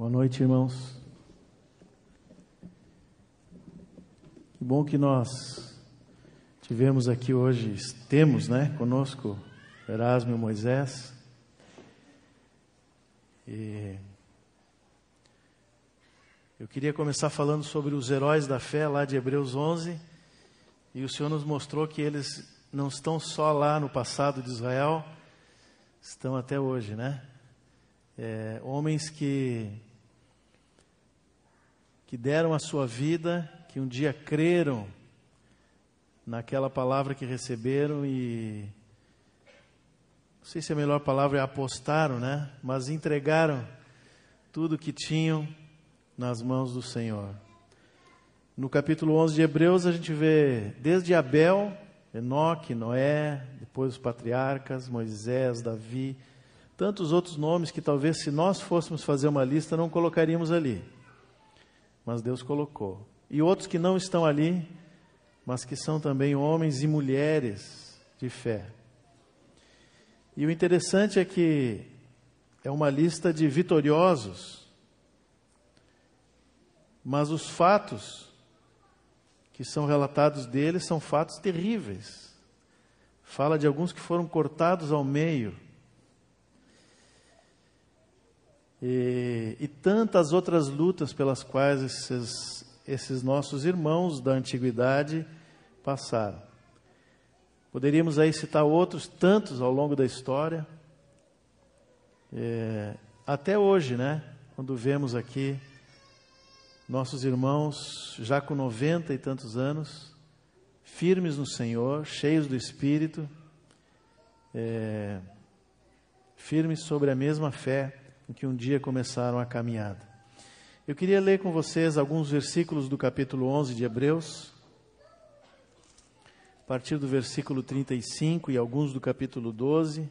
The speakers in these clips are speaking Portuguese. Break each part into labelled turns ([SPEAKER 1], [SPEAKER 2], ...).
[SPEAKER 1] Boa noite, irmãos. Que bom que nós tivemos aqui hoje, temos, conosco Erasmo e Moisés. E eu queria começar falando sobre os heróis da fé lá de Hebreus 11. E o Senhor nos mostrou que eles não estão só lá no passado de Israel, estão até hoje, homens que deram a sua vida, que um dia creram naquela palavra que receberam e, não sei se a melhor palavra é apostaram, mas entregaram tudo que tinham nas mãos do Senhor. No capítulo 11 de Hebreus a gente vê desde Abel, Enoque, Noé, depois os patriarcas, Moisés, Davi, tantos outros nomes que talvez se nós fôssemos fazer uma lista não colocaríamos ali. Mas Deus colocou. E outros que não estão ali, mas que são também homens e mulheres de fé. E o interessante é que é uma lista de vitoriosos, mas os fatos que são relatados deles são fatos terríveis. Fala de alguns que foram cortados ao meio. E tantas outras lutas pelas quais esses nossos irmãos da antiguidade passaram. Poderíamos aí citar outros tantos ao longo da história. Até hoje, quando vemos aqui nossos irmãos já com 90 e tantos anos, firmes no Senhor, cheios do Espírito, firmes sobre a mesma fé em que um dia começaram a caminhada. Eu queria ler com vocês alguns versículos do capítulo 11 de Hebreus, a partir do versículo 35 e alguns do capítulo 12.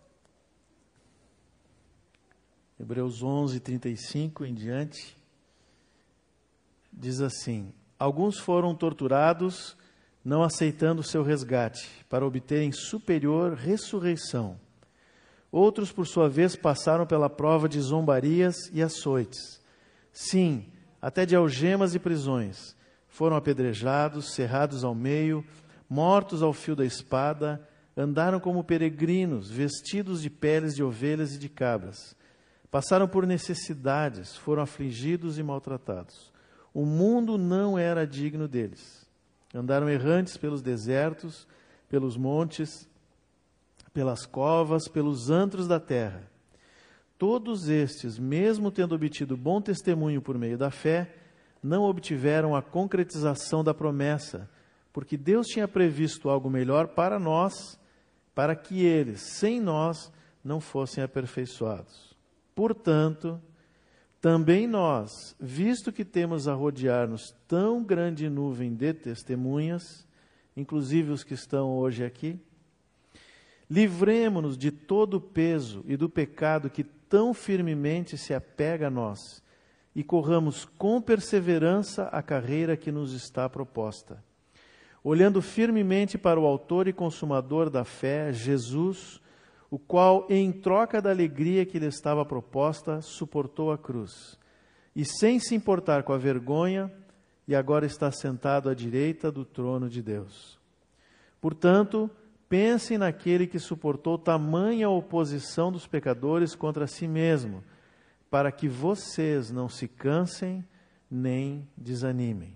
[SPEAKER 1] Hebreus 11, 35 em diante. Diz assim: alguns foram torturados, não aceitando o seu resgate, para obterem superior ressurreição. Outros, por sua vez, passaram pela prova de zombarias e açoites. Sim, até de algemas e prisões. Foram apedrejados, cerrados ao meio, mortos ao fio da espada, andaram como peregrinos, vestidos de peles de ovelhas e de cabras. Passaram por necessidades, foram afligidos e maltratados. O mundo não era digno deles. Andaram errantes pelos desertos, pelos montes, pelas covas, pelos antros da terra. Todos estes, mesmo tendo obtido bom testemunho por meio da fé, não obtiveram a concretização da promessa, porque Deus tinha previsto algo melhor para nós, para que eles, sem nós, não fossem aperfeiçoados. Portanto, também nós, visto que temos a rodear-nos tão grande nuvem de testemunhas, inclusive os que estão hoje aqui, livremo-nos de todo o peso e do pecado que tão firmemente se apega a nós e corramos com perseverança a carreira que nos está proposta. Olhando firmemente para o autor e consumador da fé, Jesus, o qual, em troca da alegria que lhe estava proposta, suportou a cruz, e sem se importar com a vergonha, e agora está sentado à direita do trono de Deus. Portanto, pensem naquele que suportou tamanha oposição dos pecadores contra si mesmo, para que vocês não se cansem nem desanimem.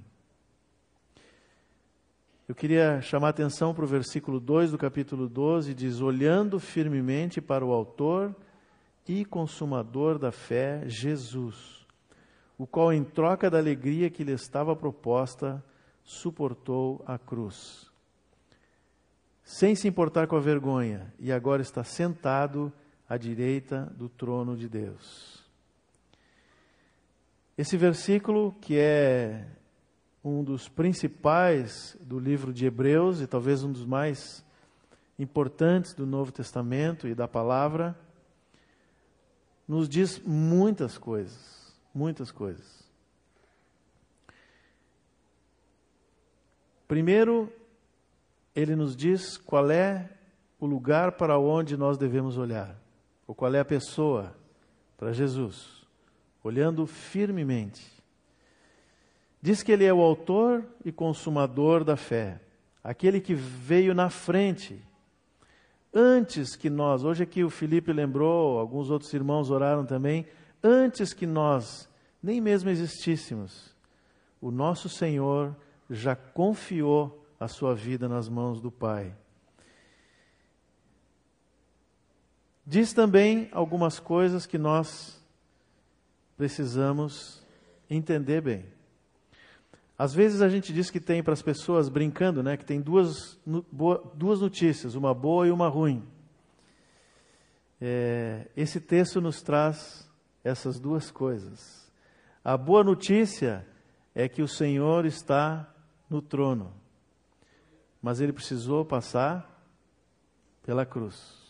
[SPEAKER 1] Eu queria chamar a atenção para o versículo 2 do capítulo 12, diz: olhando firmemente para o autor e consumador da fé, Jesus, o qual em troca da alegria que lhe estava proposta, suportou a cruz, sem se importar com a vergonha, e agora está sentado à direita do trono de Deus. Esse versículo, que é um dos principais do livro de Hebreus, e talvez um dos mais importantes do Novo Testamento e da palavra, nos diz muitas coisas, muitas coisas. Primeiro, ele nos diz qual é o lugar para onde nós devemos olhar, ou qual é a pessoa, para Jesus, olhando firmemente. Diz que ele é o autor e consumador da fé, aquele que veio na frente, antes que nós, hoje aqui o Felipe lembrou, alguns outros irmãos oraram também, antes que nós nem mesmo existíssemos, o nosso Senhor já confiou a sua vida nas mãos do Pai. Diz também algumas coisas que nós precisamos entender bem. Às vezes a gente diz que tem para as pessoas, brincando, né, que tem duas notícias, uma boa e uma ruim. Esse texto nos traz essas duas coisas. A boa notícia é que o Senhor está no trono, mas Ele precisou passar pela cruz.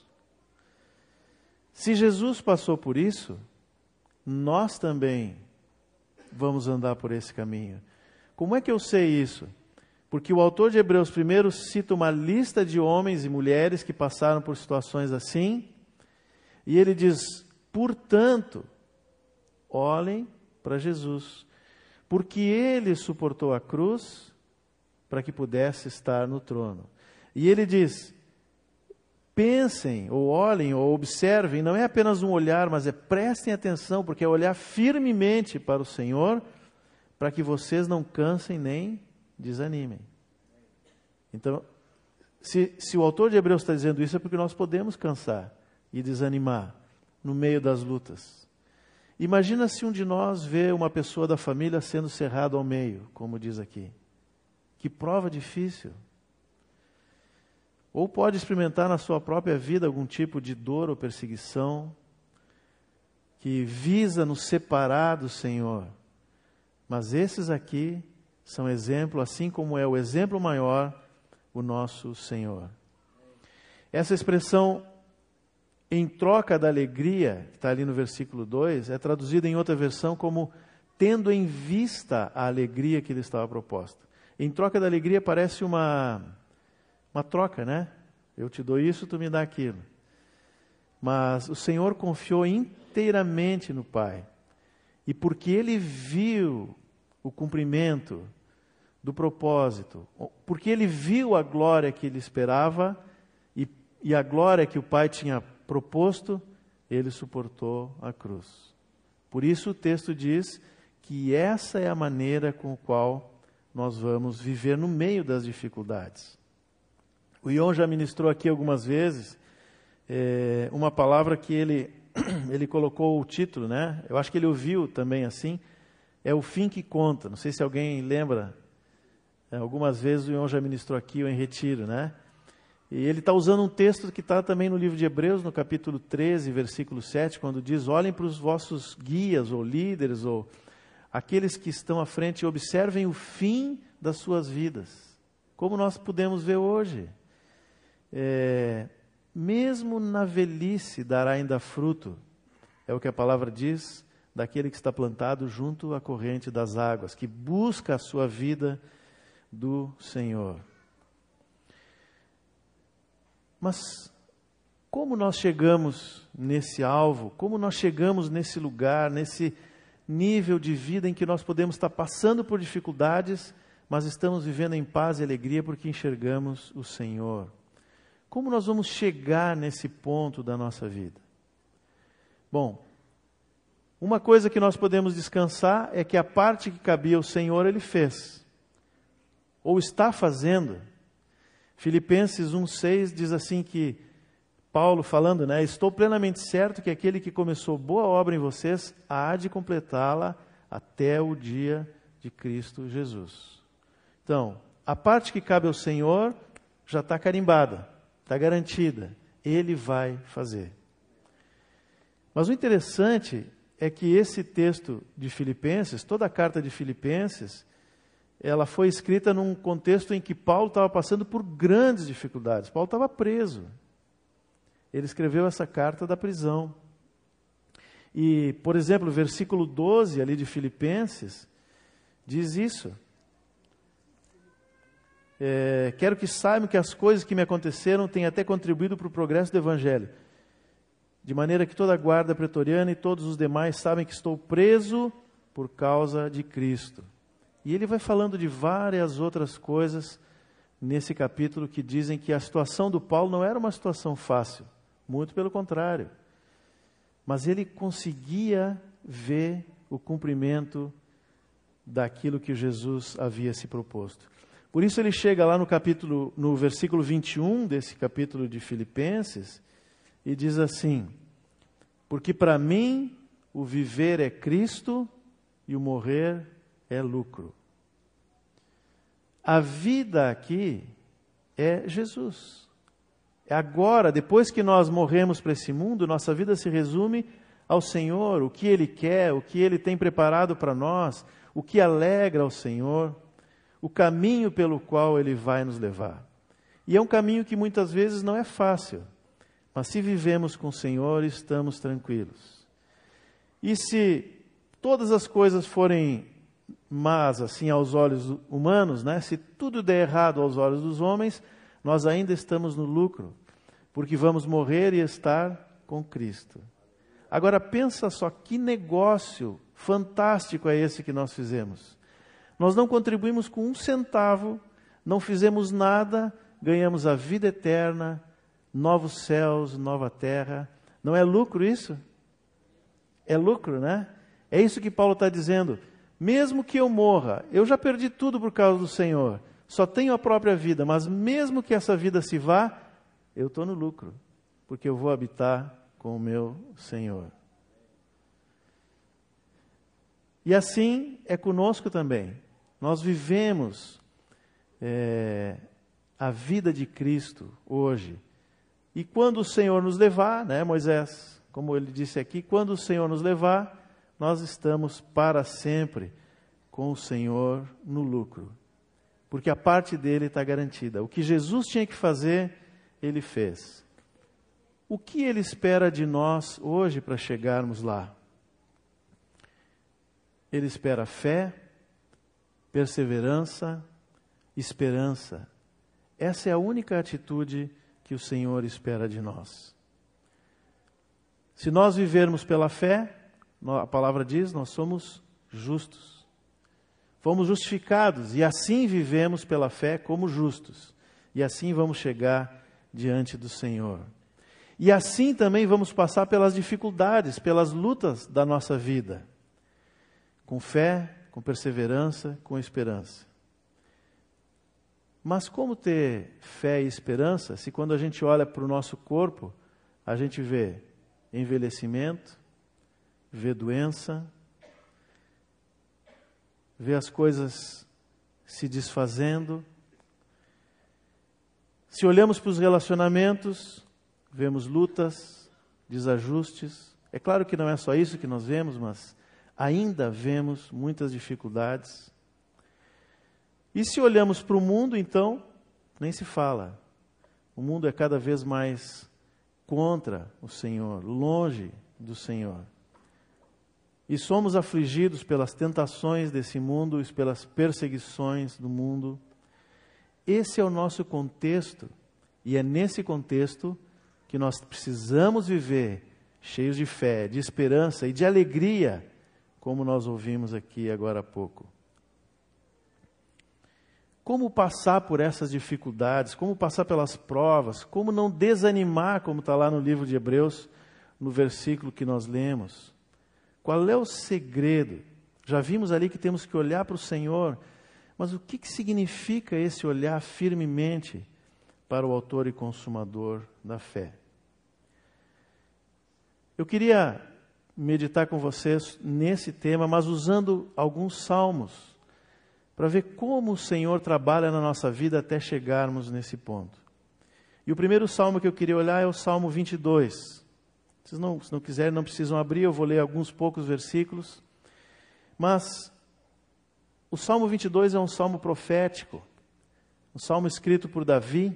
[SPEAKER 1] Se Jesus passou por isso, nós também vamos andar por esse caminho. Como é que eu sei isso? Porque o autor de Hebreus primeiro cita uma lista de homens e mulheres que passaram por situações assim, e ele diz, portanto, olhem para Jesus, porque Ele suportou a cruz para que pudesse estar no trono. E ele diz, pensem, ou olhem, ou observem, não é apenas um olhar, mas prestem atenção, porque é olhar firmemente para o Senhor, para que vocês não cansem nem desanimem. Então, se o autor de Hebreus está dizendo isso, é porque nós podemos cansar e desanimar no meio das lutas. Imagina se um de nós vê uma pessoa da família sendo cerrado ao meio, como diz aqui. Que prova difícil. Ou pode experimentar na sua própria vida algum tipo de dor ou perseguição que visa nos separar do Senhor. Mas esses aqui são exemplo, assim como é o exemplo maior, o nosso Senhor. Essa expressão, em troca da alegria, que está ali no versículo 2, é traduzida em outra versão como tendo em vista a alegria que lhe estava proposta. Em troca da alegria parece uma troca, né? Eu te dou isso, tu me dá aquilo. Mas o Senhor confiou inteiramente no Pai. E porque Ele viu o cumprimento do propósito, porque Ele viu a glória que Ele esperava e a glória que o Pai tinha proposto, Ele suportou a cruz. Por isso o texto diz que essa é a maneira com a qual nós vamos viver no meio das dificuldades. O Ion já ministrou aqui algumas vezes uma palavra que ele colocou o título, né? Eu acho que ele ouviu também assim, é o fim que conta. Não sei se alguém lembra, algumas vezes o Ion já ministrou aqui ou em retiro, né? E ele está usando um texto que está também no livro de Hebreus, no capítulo 13, versículo 7, quando diz, olhem para os vossos guias ou líderes ou aqueles que estão à frente e observem o fim das suas vidas. Como nós podemos ver hoje. Mesmo na velhice dará ainda fruto. É o que a palavra diz daquele que está plantado junto à corrente das águas, que busca a sua vida do Senhor. Mas como nós chegamos nesse alvo? Como nós chegamos nesse lugar, nesse nível de vida em que nós podemos estar passando por dificuldades, mas estamos vivendo em paz e alegria porque enxergamos o Senhor? Como nós vamos chegar nesse ponto da nossa vida? Bom, uma coisa que nós podemos descansar é que a parte que cabia ao Senhor, Ele fez. Ou está fazendo. Filipenses 1,6 diz assim que, Paulo falando, né? Estou plenamente certo que aquele que começou boa obra em vocês há de completá-la até o dia de Cristo Jesus. Então, a parte que cabe ao Senhor já está carimbada, está garantida. Ele vai fazer. Mas o interessante é que esse texto de Filipenses, toda a carta de Filipenses, ela foi escrita num contexto em que Paulo estava passando por grandes dificuldades. Paulo estava preso. Ele escreveu essa carta da prisão. E, por exemplo, o versículo 12 ali de Filipenses diz isso. Quero que saibam que as coisas que me aconteceram têm até contribuído para o progresso do Evangelho. de maneira que toda a guarda pretoriana e todos os demais sabem que estou preso por causa de Cristo. E ele vai falando de várias outras coisas nesse capítulo que dizem que a situação do Paulo não era uma situação fácil, muito pelo contrário. Mas ele conseguia ver o cumprimento daquilo que Jesus havia se proposto. Por isso ele chega lá no versículo 21 desse capítulo de Filipenses e diz assim: porque para mim o viver é Cristo e o morrer é lucro. A vida aqui é Jesus. Agora, depois que nós morremos para esse mundo, nossa vida se resume ao Senhor, o que Ele quer, o que Ele tem preparado para nós, o que alegra ao Senhor, o caminho pelo qual Ele vai nos levar. E é um caminho que muitas vezes não é fácil, mas se vivemos com o Senhor, estamos tranquilos. E se todas as coisas forem más, assim, aos olhos humanos, né? Se tudo der errado aos olhos dos homens, nós ainda estamos no lucro, porque vamos morrer e estar com Cristo. Agora pensa só que negócio fantástico é esse que nós fizemos. Nós não contribuímos com 1 centavo, não fizemos nada, ganhamos a vida eterna, novos céus, nova terra. Não é lucro isso? É lucro, né? É isso que Paulo está dizendo. Mesmo que eu morra, eu já perdi tudo por causa do Senhor, só tenho a própria vida, mas mesmo que essa vida se vá, eu estou no lucro, porque eu vou habitar com o meu Senhor. E assim é conosco também. Nós vivemos a vida de Cristo hoje. E quando o Senhor nos levar, né, Moisés, como ele disse aqui, quando o Senhor nos levar, nós estamos para sempre com o Senhor no lucro. Porque a parte dele está garantida. O que Jesus tinha que fazer, ele fez. O que ele espera de nós hoje para chegarmos lá? Ele espera fé, perseverança, esperança. Essa é a única atitude que o Senhor espera de nós. Se nós vivermos pela fé, a palavra diz, nós somos justos. Fomos justificados e assim vivemos pela fé como justos. E assim vamos chegar diante do Senhor. E assim também vamos passar pelas dificuldades, pelas lutas da nossa vida. Com fé, com perseverança, com esperança. Mas como ter fé e esperança se quando a gente olha para o nosso corpo, a gente vê envelhecimento, vê doença, vê as coisas se desfazendo. Se olhamos para os relacionamentos, vemos lutas, desajustes. É claro que não é só isso que nós vemos, mas ainda vemos muitas dificuldades. E se olhamos para o mundo, então, nem se fala. O mundo é cada vez mais contra o Senhor, longe do Senhor. E somos afligidos pelas tentações desse mundo e pelas perseguições do mundo. Esse é o nosso contexto, e é nesse contexto que nós precisamos viver cheios de fé, de esperança e de alegria, como nós ouvimos aqui agora há pouco. Como passar por essas dificuldades, como passar pelas provas, como não desanimar, como está lá no livro de Hebreus, no versículo que nós lemos. Qual é o segredo? Já vimos ali que temos que olhar para o Senhor, mas o que significa esse olhar firmemente para o autor e consumador da fé? Eu queria meditar com vocês nesse tema, mas usando alguns salmos, para ver como o Senhor trabalha na nossa vida até chegarmos nesse ponto. E o primeiro salmo que eu queria olhar é o Salmo 22. Vocês se não quiserem, não precisam abrir, eu vou ler alguns poucos versículos. Mas o Salmo 22 é um salmo profético, um salmo escrito por Davi,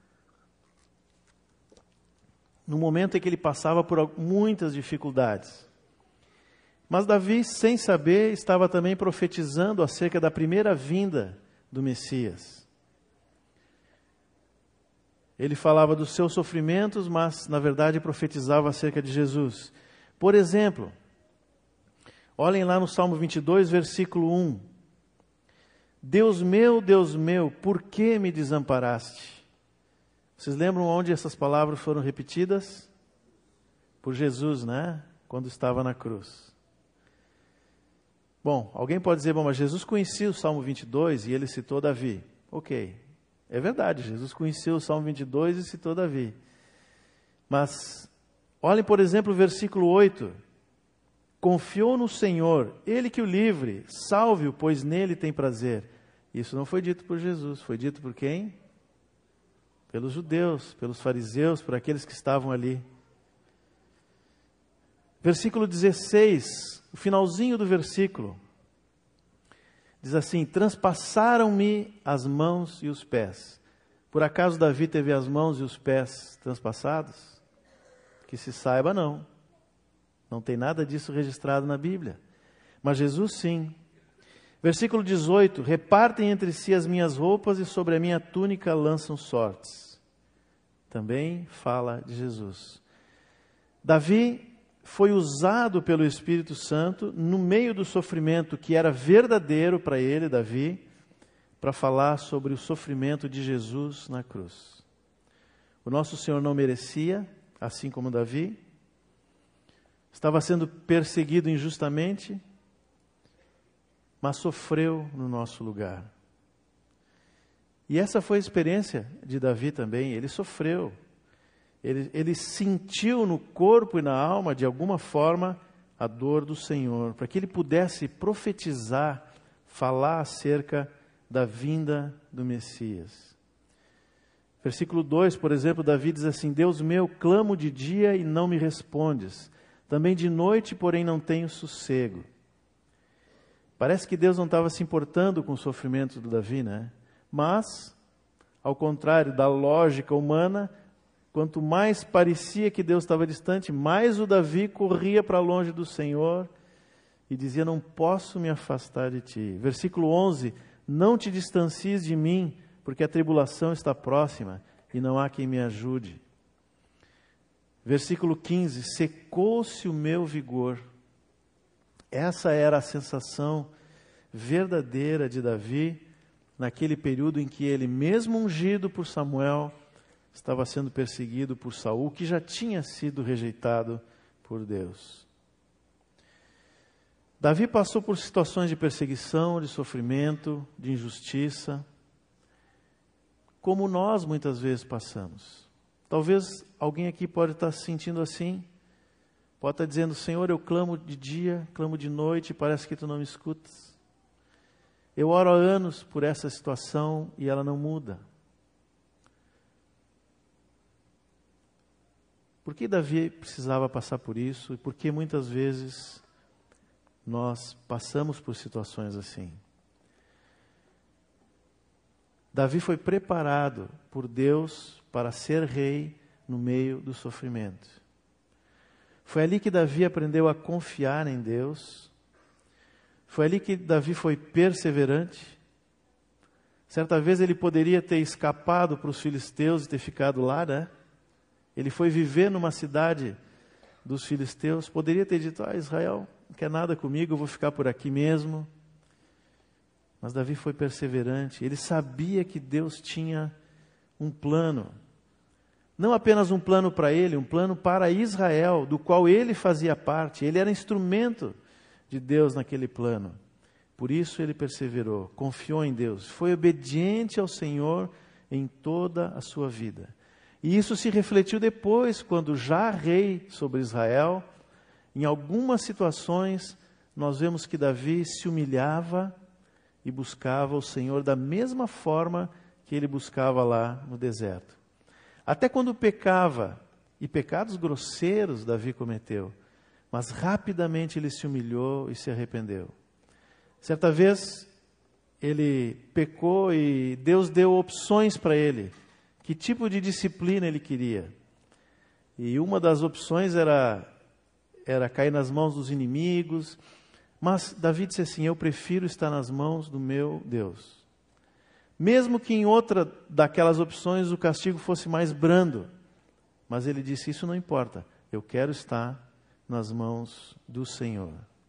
[SPEAKER 1] no momento em que ele passava por muitas dificuldades. Mas Davi, sem saber, estava também profetizando acerca da primeira vinda do Messias. Ele falava dos seus sofrimentos, mas na verdade profetizava acerca de Jesus. Por exemplo, olhem lá no Salmo 22, versículo 1. Deus meu, por que me desamparaste? Vocês lembram onde essas palavras foram repetidas? Por Jesus, né? Quando estava na cruz. Bom, alguém pode dizer, mas Jesus conhecia o Salmo 22 e ele citou Davi. Ok, é verdade, Jesus conhecia o Salmo 22 e citou Davi. Mas, olhem por exemplo o versículo 8. Confiou no Senhor, Ele que o livre, salve-o, pois nele tem prazer. Isso não foi dito por Jesus, foi dito por quem? Pelos judeus, pelos fariseus, por aqueles que estavam ali. Versículo 16, o finalzinho do versículo, diz assim, transpassaram-me as mãos e os pés. Por acaso Davi teve as mãos e os pés transpassados? Que se saiba, não. Não tem nada disso registrado na Bíblia. Mas Jesus sim. Versículo 18, repartem entre si as minhas roupas e sobre a minha túnica lançam sortes. Também fala de Jesus. Davi foi usado pelo Espírito Santo no meio do sofrimento que era verdadeiro para ele, Davi, para falar sobre o sofrimento de Jesus na cruz. O nosso Senhor não merecia, assim como Davi, estava sendo perseguido injustamente, mas sofreu no nosso lugar. E essa foi a experiência de Davi também, ele sofreu. Ele sentiu no corpo e na alma, de alguma forma, a dor do Senhor, para que ele pudesse profetizar, falar acerca da vinda do Messias. Versículo 2, por exemplo, Davi diz assim, Deus meu, clamo de dia e não me respondes, também de noite, porém não tenho sossego. Parece que Deus não estava se importando com o sofrimento do Davi, né? Mas, ao contrário da lógica humana, quanto mais parecia que Deus estava distante, mais o Davi corria para longe do Senhor e dizia, não posso me afastar de ti. Versículo 11, não te distancies de mim, porque a tribulação está próxima e não há quem me ajude. Versículo 15, secou-se o meu vigor. Essa era a sensação verdadeira de Davi naquele período em que ele, mesmo ungido por Samuel, estava sendo perseguido por Saul, que já tinha sido rejeitado por Deus. Davi passou por situações de perseguição, de sofrimento, de injustiça, como nós muitas vezes passamos. Talvez alguém aqui pode estar se sentindo assim, pode estar dizendo, Senhor, eu clamo de dia, clamo de noite, parece que tu não me escutas. Eu oro há anos por essa situação e ela não muda. Por que Davi precisava passar por isso e por que muitas vezes nós passamos por situações assim? Davi foi preparado por Deus para ser rei no meio do sofrimento. Foi ali que Davi aprendeu a confiar em Deus. Foi ali que Davi foi perseverante. Certa vez ele poderia ter escapado para os filisteus e ter ficado lá, né? Ele foi viver numa cidade dos filisteus, poderia ter dito, Israel não quer nada comigo, eu vou ficar por aqui mesmo. Mas Davi foi perseverante, ele sabia que Deus tinha um plano. Não apenas um plano para ele, um plano para Israel, do qual ele fazia parte, ele era instrumento de Deus naquele plano. Por isso ele perseverou, confiou em Deus, foi obediente ao Senhor em toda a sua vida. E isso se refletiu depois, quando já rei sobre Israel, em algumas situações, nós vemos que Davi se humilhava e buscava o Senhor da mesma forma que ele buscava lá no deserto. Até quando pecava, e pecados grosseiros Davi cometeu, mas rapidamente ele se humilhou e se arrependeu. Certa vez, ele pecou e Deus deu opções para ele. Que tipo de disciplina ele queria? E uma das opções era cair nas mãos dos inimigos. Mas Davi disse assim, eu prefiro estar nas mãos do meu Deus. mesmo que em outra daquelas opções o castigo fosse mais brando. Mas ele disse, isso não importa, eu quero estar nas mãos do Senhor.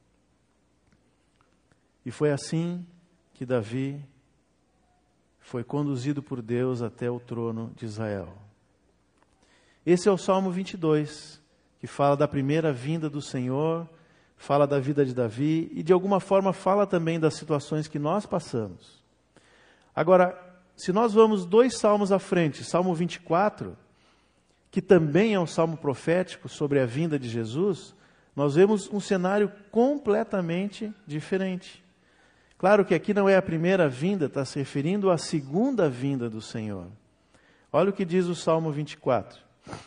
[SPEAKER 1] E foi assim que Davi foi conduzido por Deus até o trono de Israel. Esse é o Salmo 22, que fala da primeira vinda do Senhor, fala da vida de Davi e de alguma forma fala também das situações que nós passamos. Agora, se nós vamos 2 salmos à frente, Salmo 24, que também é um salmo profético sobre a vinda de Jesus, nós vemos um cenário completamente diferente. Claro que aqui não é a primeira vinda, está se referindo à segunda vinda do Senhor. Olha o que diz o Salmo 24.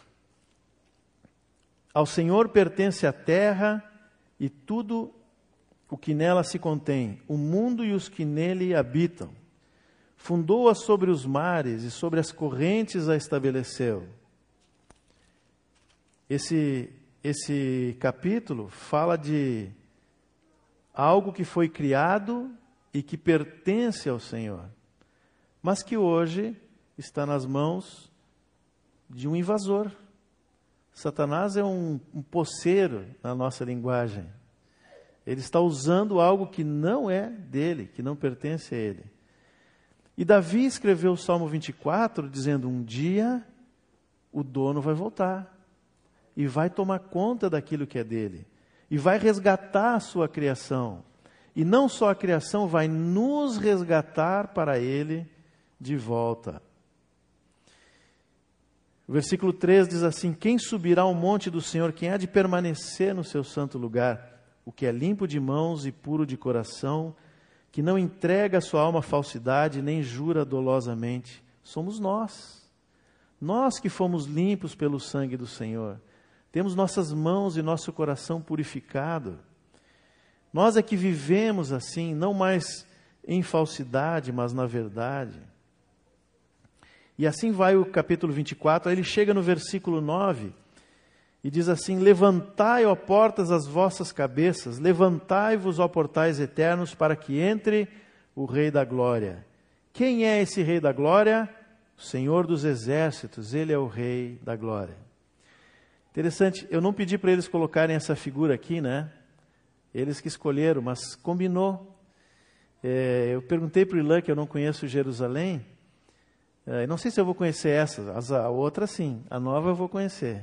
[SPEAKER 1] Ao Senhor pertence a terra e tudo o que nela se contém, o mundo e os que nele habitam. Fundou-a sobre os mares e sobre as correntes a estabeleceu. Esse capítulo fala de algo que foi criado e que pertence ao Senhor, mas que hoje está nas mãos de um invasor. Satanás é um poceiro na nossa linguagem. Ele está usando algo que não é dele, que não pertence a ele. E Davi escreveu o Salmo 24 dizendo, um dia o dono vai voltar e vai tomar conta daquilo que é dele e vai resgatar a sua criação. E não só a criação, vai nos resgatar para ele de volta. O versículo 3 diz assim, quem subirá ao monte do Senhor, quem há de permanecer no seu santo lugar? O que é limpo de mãos e puro de coração, que não entrega a sua alma à falsidade, nem jura dolosamente. Somos nós. Nós que fomos limpos pelo sangue do Senhor. Temos nossas mãos e nosso coração purificado. Nós é que vivemos assim, não mais em falsidade, mas na verdade. E assim vai o capítulo 24, aí ele chega no versículo 9 e diz assim, levantai, ó portas, as vossas cabeças, levantai-vos, ó portais eternos, para que entre o Rei da Glória. Quem é esse Rei da Glória? O Senhor dos Exércitos, Ele é o Rei da Glória. Interessante, eu não pedi para eles colocarem essa figura aqui, né? Eles que escolheram, mas combinou. Eu perguntei para o Ilan, que eu não conheço Jerusalém, não sei se eu vou conhecer essa, a outra sim, a nova eu vou conhecer.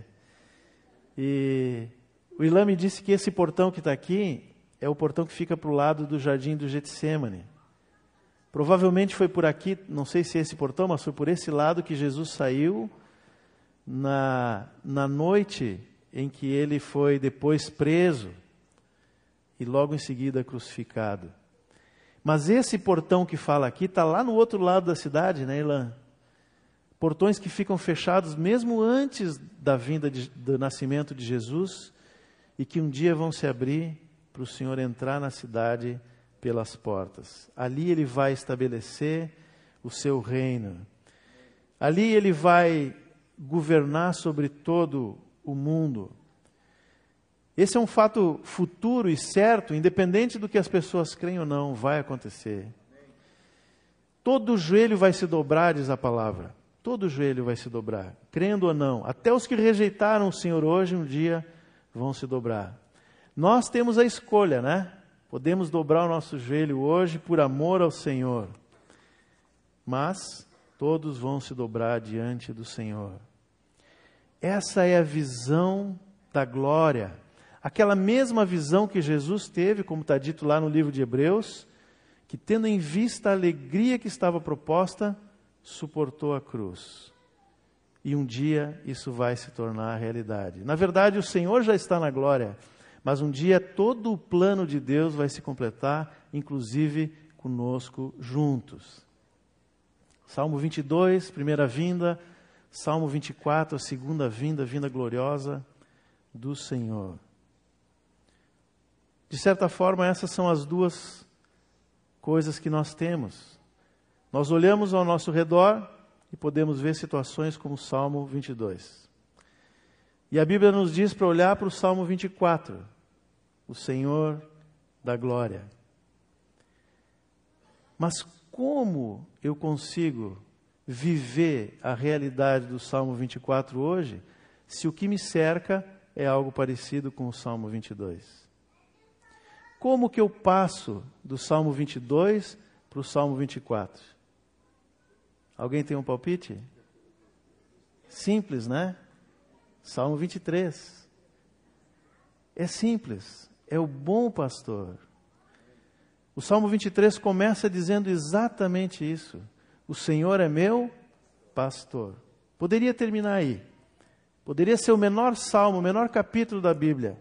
[SPEAKER 1] E o Ilan me disse que esse portão que está aqui é o portão que fica para o lado do Jardim do Getsemane. Provavelmente foi por aqui, não sei se é esse portão, mas foi por esse lado que Jesus saiu na noite em que ele foi depois preso e logo em seguida crucificado. Mas esse portão que fala aqui está lá no outro lado da cidade, né, Ilan? Portões que ficam fechados mesmo antes da vinda do nascimento de Jesus e que um dia vão se abrir para o Senhor entrar na cidade pelas portas. Ali ele vai estabelecer o seu reino. Ali ele vai governar sobre todo o mundo. Esse é um fato futuro e certo, independente do que as pessoas creem ou não, vai acontecer. Todo joelho vai se dobrar, diz a palavra. Todo joelho vai se dobrar, crendo ou não. Até os que rejeitaram o Senhor hoje, um dia vão se dobrar. Nós temos a escolha, né? Podemos dobrar o nosso joelho hoje por amor ao Senhor. Mas todos vão se dobrar diante do Senhor. Essa é a visão da glória. Aquela mesma visão que Jesus teve, como está dito lá no livro de Hebreus, que tendo em vista a alegria que estava proposta, suportou a cruz. E um dia isso vai se tornar realidade. Na verdade, o Senhor já está na glória, mas um dia todo o plano de Deus vai se completar, inclusive conosco juntos. Salmo 22, primeira vinda. Salmo 24, a segunda vinda, vinda gloriosa do Senhor. De certa forma, essas são as duas coisas que nós temos. Nós olhamos ao nosso redor e podemos ver situações como o Salmo 22. E a Bíblia nos diz para olhar para o Salmo 24, o Senhor da glória. Mas como eu consigo viver a realidade do Salmo 24 hoje, se o que me cerca é algo parecido com o Salmo 22? Como que eu passo do Salmo 22 para o Salmo 24? Alguém tem um palpite? Simples, né? Salmo 23. É simples. É o bom pastor. O Salmo 23 começa dizendo exatamente isso. O Senhor é meu pastor. Poderia terminar aí. Poderia ser o menor salmo, o menor capítulo da Bíblia.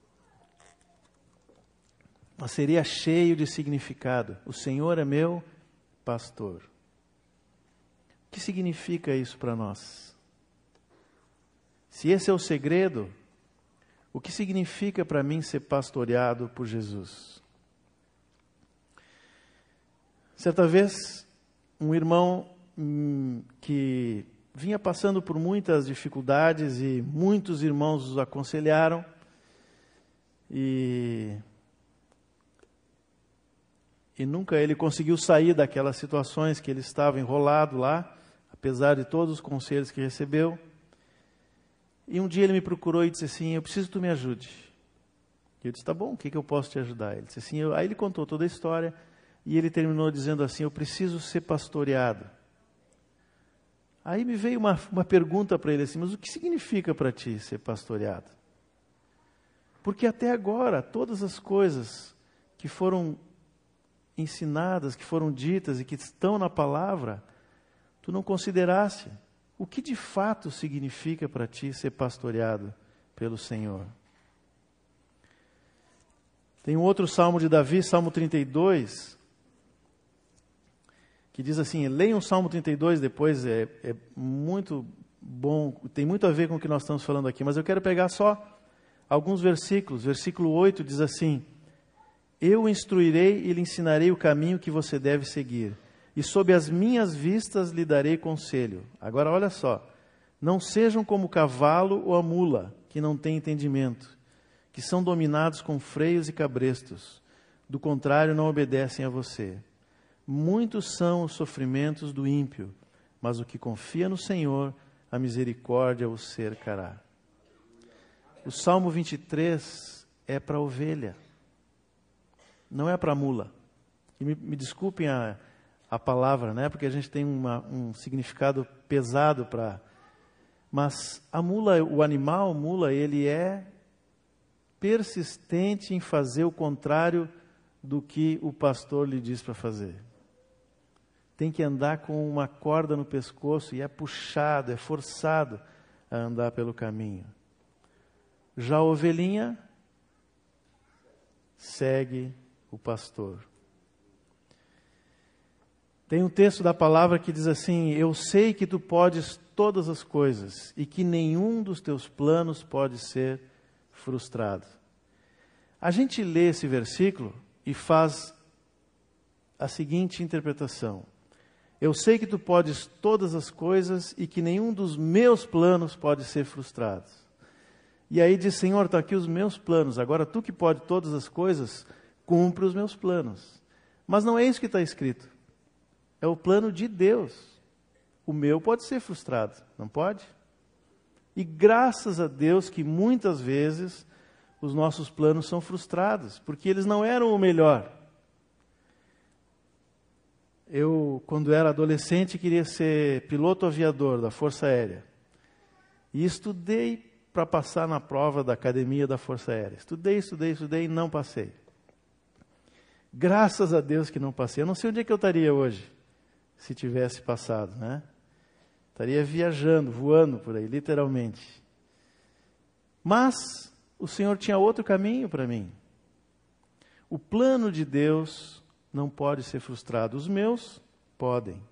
[SPEAKER 1] Mas seria cheio de significado. O Senhor é meu pastor. O que significa isso para nós? Se esse é o segredo, o que significa para mim ser pastoreado por Jesus? Certa vez, um irmão que vinha passando por muitas dificuldades e muitos irmãos os aconselharam e nunca ele conseguiu sair daquelas situações que ele estava enrolado lá, apesar de todos os conselhos que recebeu. E um dia ele me procurou e disse assim: eu preciso que tu me ajude. E eu disse: tá bom, o que eu posso te ajudar? Ele disse assim, aí ele contou toda a história e ele terminou dizendo assim: eu preciso ser pastoreado. Aí me veio uma pergunta para ele assim: mas o que significa para ti ser pastoreado? Porque até agora todas as coisas que foram ensinadas, que foram ditas e que estão na palavra, tu não consideraste. O que de fato significa para ti ser pastoreado pelo Senhor? Tem um outro salmo de Davi, Salmo 32, que diz assim, leiam o Salmo 32 depois, é muito bom, tem muito a ver com o que nós estamos falando aqui, mas eu quero pegar só alguns versículos. Versículo 8 diz assim: eu o instruirei e lhe ensinarei o caminho que você deve seguir, e sob as minhas vistas lhe darei conselho. Agora olha só, não sejam como o cavalo ou a mula, que não têm entendimento, que são dominados com freios e cabrestos, do contrário não obedecem a você. Muitos são os sofrimentos do ímpio, mas o que confia no Senhor, a misericórdia o cercará. O Salmo 23 é para a ovelha, não é para a mula. E me desculpem a palavra, né? Porque a gente tem um significado pesado para... Mas a mula, o animal mula, ele é persistente em fazer o contrário do que o pastor lhe diz para fazer. Tem que andar com uma corda no pescoço e é puxado, é forçado a andar pelo caminho. Já a ovelhinha segue o pastor. Tem um texto da palavra que diz assim: eu sei que tu podes todas as coisas e que nenhum dos teus planos pode ser frustrado. A gente lê esse versículo e faz a seguinte interpretação: eu sei que tu podes todas as coisas e que nenhum dos meus planos pode ser frustrado. E aí diz: Senhor, estão aqui os meus planos, agora tu que pode todas as coisas, cumpre os meus planos. Mas não é isso que está escrito. É o plano de Deus. O meu pode ser frustrado, não pode? E graças a Deus que muitas vezes os nossos planos são frustrados, porque eles não eram o melhor. Eu, quando era adolescente, queria ser piloto aviador da Força Aérea. E estudei para passar na prova da Academia da Força Aérea. Estudei e não passei. Graças a Deus que não passei. Eu não sei onde é que eu estaria hoje, se tivesse passado, né? Estaria viajando, voando por aí, literalmente. Mas o Senhor tinha outro caminho para mim. O plano de Deus não pode ser frustrado. Os meus podem.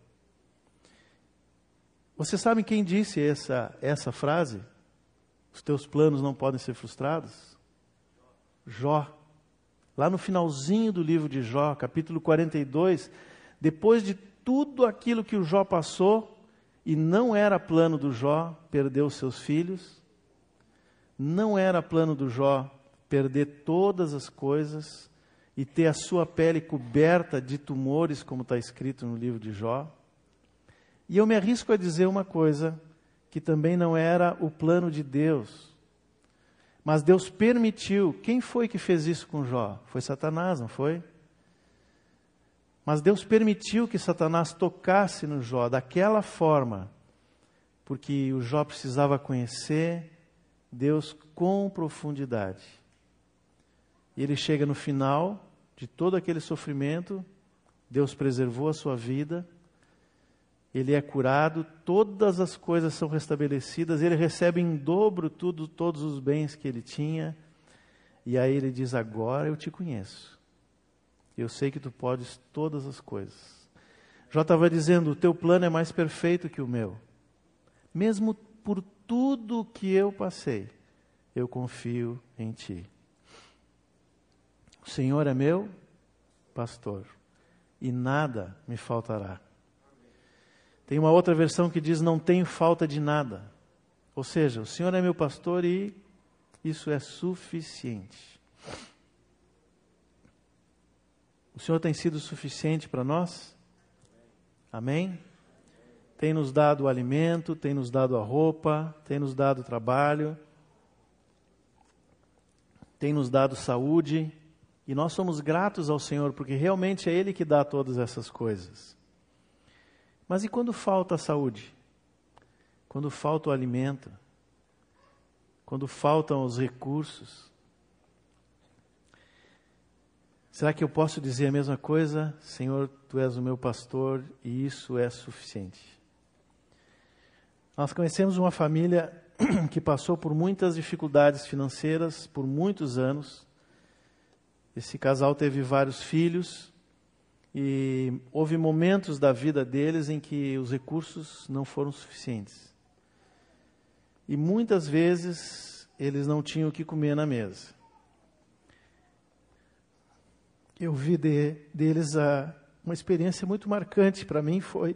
[SPEAKER 1] Você sabe quem disse essa frase? Os teus planos não podem ser frustrados? Jó. Lá no finalzinho do livro de Jó, capítulo 42, depois de tudo aquilo que o Jó passou, e não era plano do Jó perder os seus filhos, não era plano do Jó perder todas as coisas, e ter a sua pele coberta de tumores, como está escrito no livro de Jó. E eu me arrisco a dizer uma coisa, que também não era o plano de Deus. Mas Deus permitiu. Quem foi que fez isso com Jó? Foi Satanás, não foi? Mas Deus permitiu que Satanás tocasse no Jó daquela forma, porque o Jó precisava conhecer Deus com profundidade. E ele chega no final de todo aquele sofrimento, Deus preservou a sua vida, ele é curado, todas as coisas são restabelecidas, ele recebe em dobro todos os bens que ele tinha, e aí ele diz: agora eu te conheço, eu sei que tu podes todas as coisas. Jó estava dizendo: o teu plano é mais perfeito que o meu, mesmo por tudo que eu passei, eu confio em ti. O Senhor é meu pastor, e nada me faltará. Tem uma outra versão que diz: não tenho falta de nada. Ou seja, o Senhor é meu pastor e isso é suficiente. O Senhor tem sido suficiente para nós? Amém? Tem nos dado o alimento, tem nos dado a roupa, tem nos dado o trabalho, tem nos dado saúde. E nós somos gratos ao Senhor, porque realmente é Ele que dá todas essas coisas. Mas e quando falta a saúde? Quando falta o alimento? Quando faltam os recursos? Será que eu posso dizer a mesma coisa? Senhor, Tu és o meu pastor e isso é suficiente. Nós conhecemos uma família que passou por muitas dificuldades financeiras por muitos anos. Esse casal teve vários filhos e houve momentos da vida deles em que os recursos não foram suficientes. E muitas vezes eles não tinham o que comer na mesa. Eu vi deles uma experiência muito marcante para mim, foi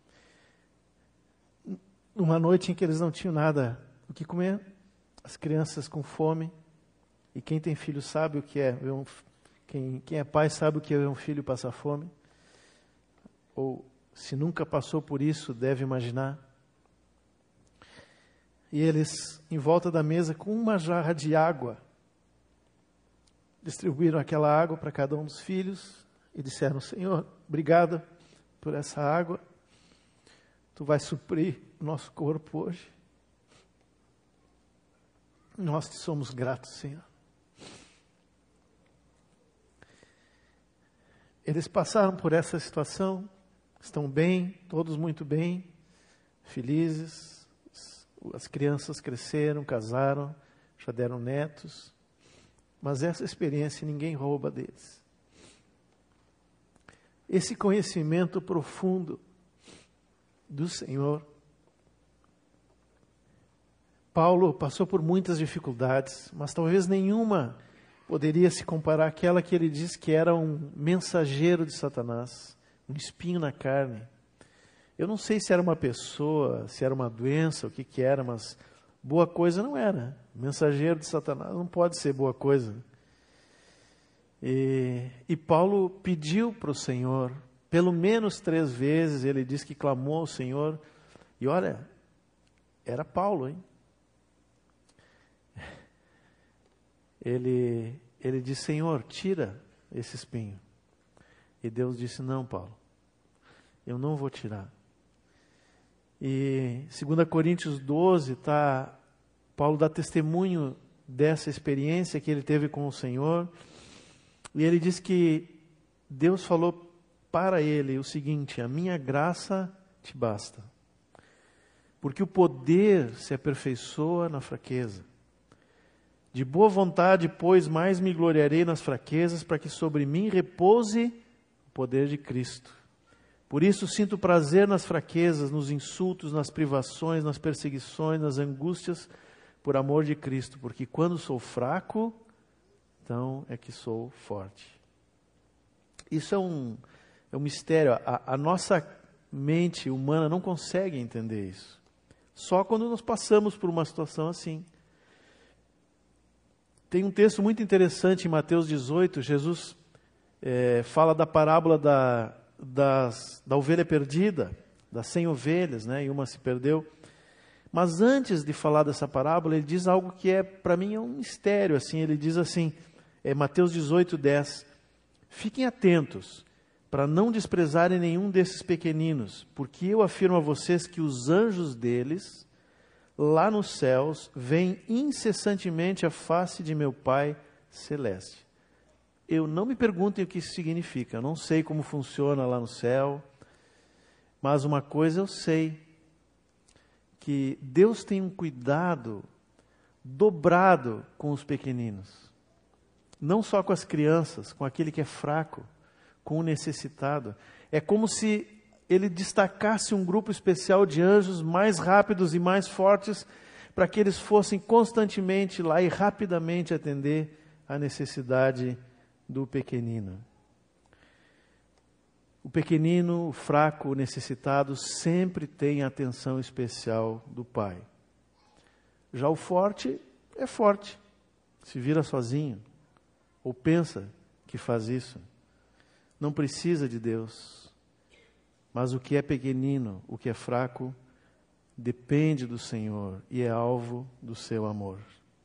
[SPEAKER 1] uma noite em que eles não tinham nada o que comer, as crianças com fome, e quem tem filho sabe o que é ver quem é pai sabe o que é ver um filho passar fome, ou se nunca passou por isso, deve imaginar. E eles, em volta da mesa, com uma jarra de água, distribuíram aquela água para cada um dos filhos e disseram: Senhor, obrigado por essa água, Tu vais suprir o nosso corpo hoje. Nós te somos gratos, Senhor. Eles passaram por essa situação, estão bem, todos muito bem, felizes. As crianças cresceram, casaram, já deram netos. Mas essa experiência ninguém rouba deles. Esse conhecimento profundo do Senhor. Paulo passou por muitas dificuldades, mas talvez nenhuma poderia se comparar àquela que ele diz que era um mensageiro de Satanás, um espinho na carne. Eu não sei se era uma pessoa, se era uma doença, o que era, mas boa coisa não era. Mensageiro de Satanás não pode ser boa coisa. E Paulo pediu para o Senhor, pelo menos 3 vezes, ele diz que clamou ao Senhor. E olha, era Paulo, hein? Ele disse: Senhor, tira esse espinho. E Deus disse: não, Paulo, eu não vou tirar. E 2 Coríntios 12, Paulo dá testemunho dessa experiência que ele teve com o Senhor. E ele diz que Deus falou para ele o seguinte: a minha graça te basta, porque o poder se aperfeiçoa na fraqueza. De boa vontade, pois, mais me gloriarei nas fraquezas, para que sobre mim repouse o poder de Cristo. Por isso sinto prazer nas fraquezas, nos insultos, nas privações, nas perseguições, nas angústias, por amor de Cristo, porque quando sou fraco, então é que sou forte. Isso é um mistério. A nossa mente humana não consegue entender isso. Só quando nós passamos por uma situação assim. Tem um texto muito interessante em Mateus 18, Jesus fala da parábola da ovelha perdida, das 100 ovelhas, né? E uma se perdeu. Mas antes de falar dessa parábola, ele diz algo que para mim é um mistério. Assim, ele diz assim, Mateus 18:10, fiquem atentos para não desprezarem nenhum desses pequeninos, porque eu afirmo a vocês que os anjos deles, lá nos céus, veem incessantemente a face de meu Pai Celeste. Não me perguntem o que isso significa, eu não sei como funciona lá no céu, mas uma coisa eu sei, que Deus tem um cuidado dobrado com os pequeninos. Não só com as crianças, com aquele que é fraco, com o necessitado. É como se ele destacasse um grupo especial de anjos mais rápidos e mais fortes, para que eles fossem constantemente lá e rapidamente atender a necessidade do pequenino. O pequenino, o fraco, o necessitado sempre tem a atenção especial do Pai. Já o forte é forte, se vira sozinho, ou pensa que faz isso. Não precisa de Deus. Mas o que é pequenino, o que é fraco, depende do Senhor e é alvo do seu amor.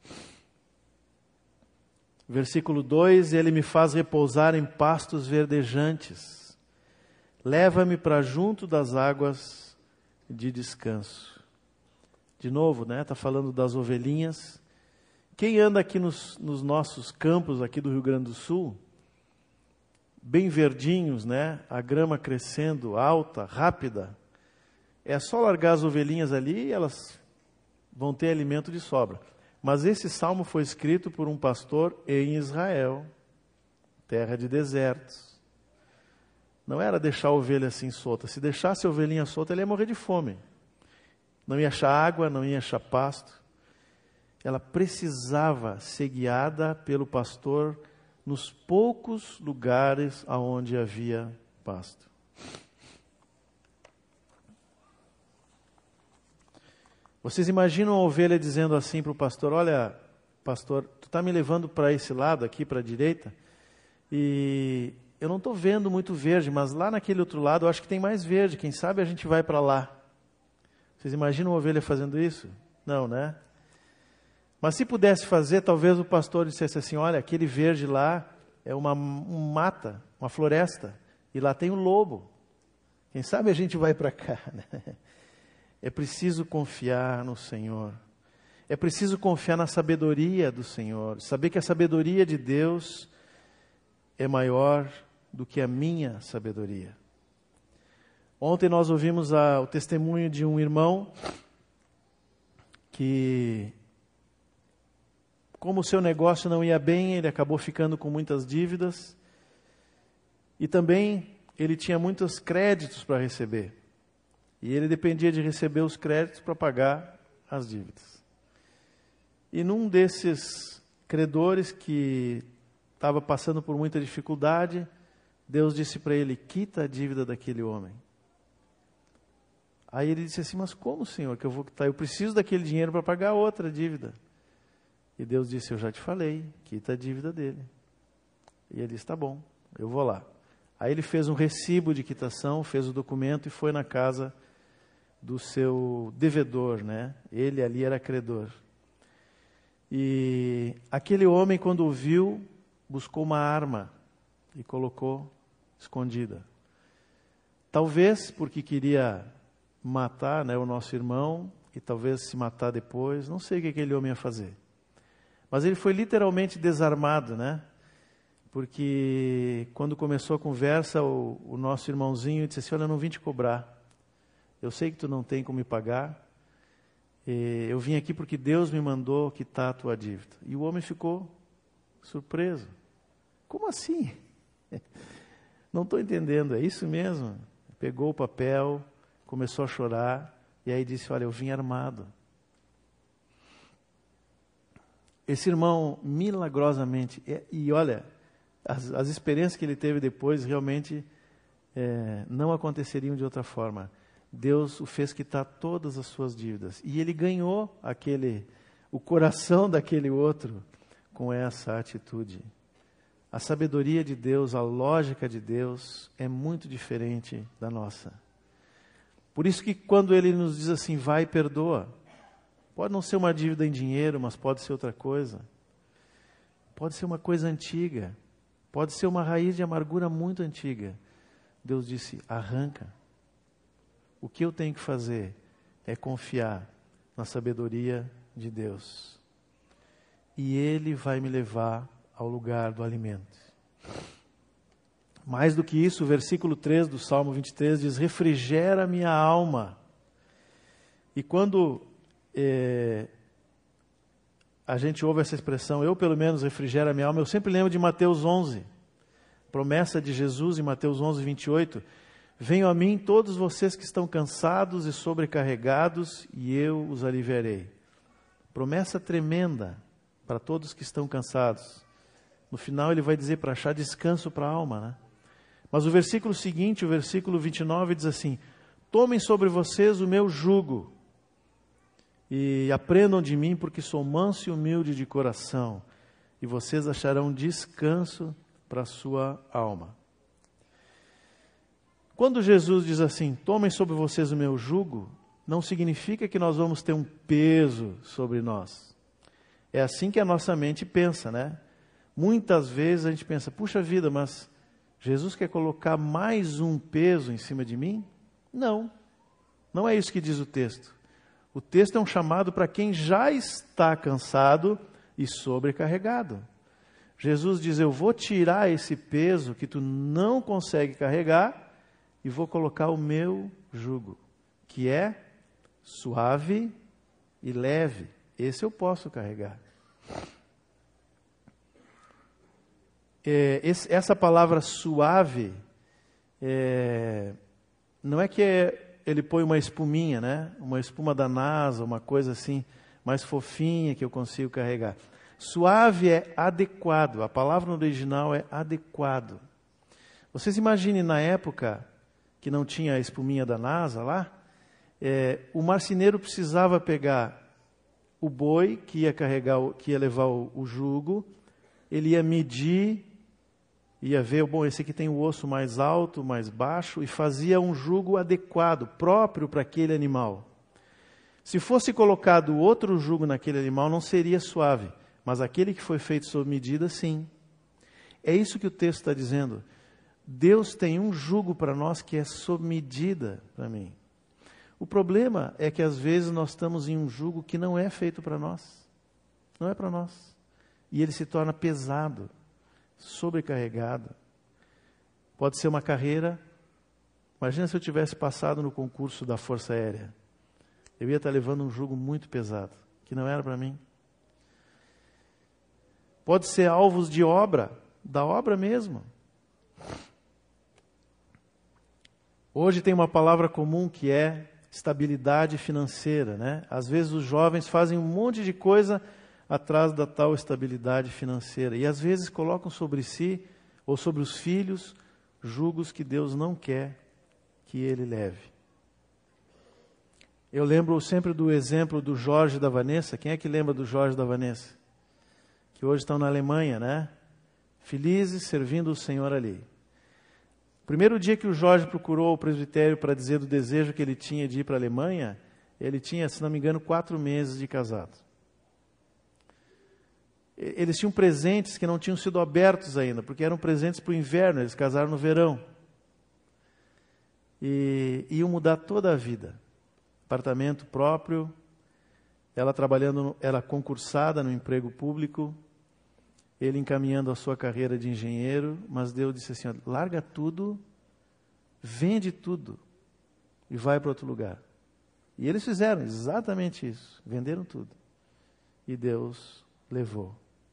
[SPEAKER 1] Versículo 2, ele me faz repousar em pastos verdejantes. Leva-me para junto das águas de descanso. De novo, né? Está falando das ovelhinhas. Quem anda aqui nos nossos campos aqui do Rio Grande do Sul, bem verdinhos, né? A grama crescendo alta, rápida. É só largar as ovelhinhas ali e elas vão ter alimento de sobra. Mas esse salmo foi escrito por um pastor em Israel, terra de desertos. Não era deixar a ovelha assim solta. Se deixasse a ovelhinha solta, ele ia morrer de fome. Não ia achar água, não ia achar pasto. Ela precisava ser guiada pelo pastor nos poucos lugares aonde havia pasto. Vocês imaginam a ovelha dizendo assim para o pastor: olha, pastor, tu está me levando para esse lado aqui, para a direita, e eu não estou vendo muito verde, mas lá naquele outro lado eu acho que tem mais verde, quem sabe a gente vai para lá. Vocês imaginam uma ovelha fazendo isso? Não, né? Mas se pudesse fazer, talvez o pastor dissesse assim: olha, aquele verde lá é uma mata, uma floresta, e lá tem um lobo. Quem sabe a gente vai para cá, né? É preciso confiar no Senhor. É preciso confiar na sabedoria do Senhor. Saber que a sabedoria de Deus é maior do que a minha sabedoria. Ontem nós ouvimos o testemunho de um irmão que, como o seu negócio não ia bem, ele acabou ficando com muitas dívidas e também ele tinha muitos créditos para receber. E ele dependia de receber os créditos para pagar as dívidas. E num desses credores que estava passando por muita dificuldade, Deus disse para ele: quita a dívida daquele homem. Aí ele disse assim: mas como, Senhor, que eu vou quitar? Eu preciso daquele dinheiro para pagar outra dívida. E Deus disse: eu já te falei, quita a dívida dele. E ele disse: tá bom, eu vou lá. Aí ele fez um recibo de quitação, fez o documento e foi na casa do seu devedor, né? Ele ali era credor. E aquele homem, quando ouviu, buscou uma arma e colocou escondida. Talvez porque queria matar, né, o nosso irmão, e talvez se matar depois, não sei o que aquele homem ia fazer. Mas ele foi literalmente desarmado, né? Porque quando começou a conversa, o nosso irmãozinho disse assim: olha, eu não vim te cobrar. Eu sei que tu não tem como me pagar. Eu vim aqui porque Deus me mandou quitar a tua dívida. E o homem ficou surpreso. Como assim? Não estou entendendo, é isso mesmo? Pegou o papel, começou a chorar, e aí disse: olha, eu vim armado. Esse irmão, milagrosamente, e olha, as experiências que ele teve depois realmente não aconteceriam de outra forma. Deus o fez quitar todas as suas dívidas. E ele ganhou o coração daquele outro com essa atitude. A sabedoria de Deus, a lógica de Deus é muito diferente da nossa. Por isso que quando Ele nos diz assim, vai e perdoa, pode não ser uma dívida em dinheiro, mas pode ser outra coisa. Pode ser uma coisa antiga, pode ser uma raiz de amargura muito antiga. Deus disse, arranca. O que eu tenho que fazer é confiar na sabedoria de Deus. E Ele vai me levar ao lugar do alimento. Mais do que isso, o versículo 3 do Salmo 23 diz, refrigera a minha alma. E quando a gente ouve essa expressão, eu pelo menos refrigera a minha alma, eu sempre lembro de Mateus 11, promessa de Jesus em Mateus 11, 28, venham a mim todos vocês que estão cansados e sobrecarregados, e eu os aliviarei. Promessa tremenda para todos que estão cansados. No final ele vai dizer para achar descanso para a alma, né? Mas o versículo seguinte, o versículo 29, diz assim, tomem sobre vocês o meu jugo e aprendam de mim, porque sou manso e humilde de coração, e vocês acharão descanso para a sua alma. Quando Jesus diz assim, tomem sobre vocês o meu jugo, não significa que nós vamos ter um peso sobre nós. É assim que a nossa mente pensa, né? Muitas vezes a gente pensa, puxa vida, mas Jesus quer colocar mais um peso em cima de mim? Não, não é isso que diz o texto. O texto é um chamado para quem já está cansado e sobrecarregado. Jesus diz, eu vou tirar esse peso que tu não consegue carregar e vou colocar o meu jugo, que é suave e leve. Esse eu posso carregar. Essa palavra suave, não é que ele põe uma espuminha, né? Uma espuma da NASA, uma coisa assim, mais fofinha que eu consigo carregar. Suave é adequado, a palavra no original é adequado. Vocês imaginem na época que não tinha a espuminha da NASA lá, o marceneiro precisava pegar o boi que ia carregar, que ia levar o jugo, ele ia medir, ia ver, bom, esse aqui tem o osso mais alto, mais baixo, e fazia um jugo adequado, próprio para aquele animal. Se fosse colocado outro jugo naquele animal, não seria suave, mas aquele que foi feito sob medida, sim. É isso que o texto está dizendo. Deus tem um jugo para nós que é sob medida para mim. O problema é que às vezes nós estamos em um jugo que não é feito para nós. Não é para nós. E ele se torna pesado, sobrecarregado. Pode ser uma carreira. Imagina se eu tivesse passado no concurso da Força Aérea. Eu ia estar levando um jugo muito pesado, que não era para mim. Pode ser alvos de obra, da obra mesmo. Hoje tem uma palavra comum que é estabilidade financeira, né? Às vezes os jovens fazem um monte de coisa atrás da tal estabilidade financeira. E às vezes colocam sobre si, ou sobre os filhos, jugos que Deus não quer que ele leve. Eu lembro sempre do exemplo do Jorge e da Vanessa. Quem é que lembra do Jorge e da Vanessa? Que hoje estão na Alemanha, né? Felizes, servindo o Senhor ali. Primeiro dia que o Jorge procurou o presbitério para dizer do desejo que ele tinha de ir para a Alemanha, ele tinha, se não me engano, 4 meses de casado. Eles tinham presentes que não tinham sido abertos ainda, porque eram presentes para o inverno, eles casaram no verão. E iam mudar toda a vida. Apartamento próprio, ela trabalhando, ela concursada no emprego público, ele encaminhando a sua carreira de engenheiro, mas Deus disse assim, ó, larga tudo, vende tudo e vai para outro lugar. E eles fizeram exatamente isso, venderam tudo. E Deus levou.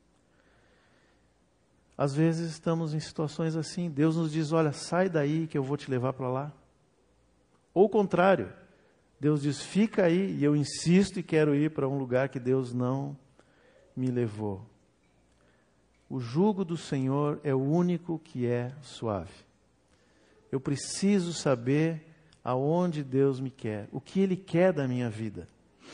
[SPEAKER 1] Às vezes estamos em situações assim, Deus nos diz, olha, sai daí que eu vou te levar para lá. Ou o contrário, Deus diz, fica aí e eu insisto e quero ir para um lugar que Deus não me levou. O jugo do Senhor é o único que é suave. Eu preciso saber aonde Deus me quer, o que Ele quer da minha vida.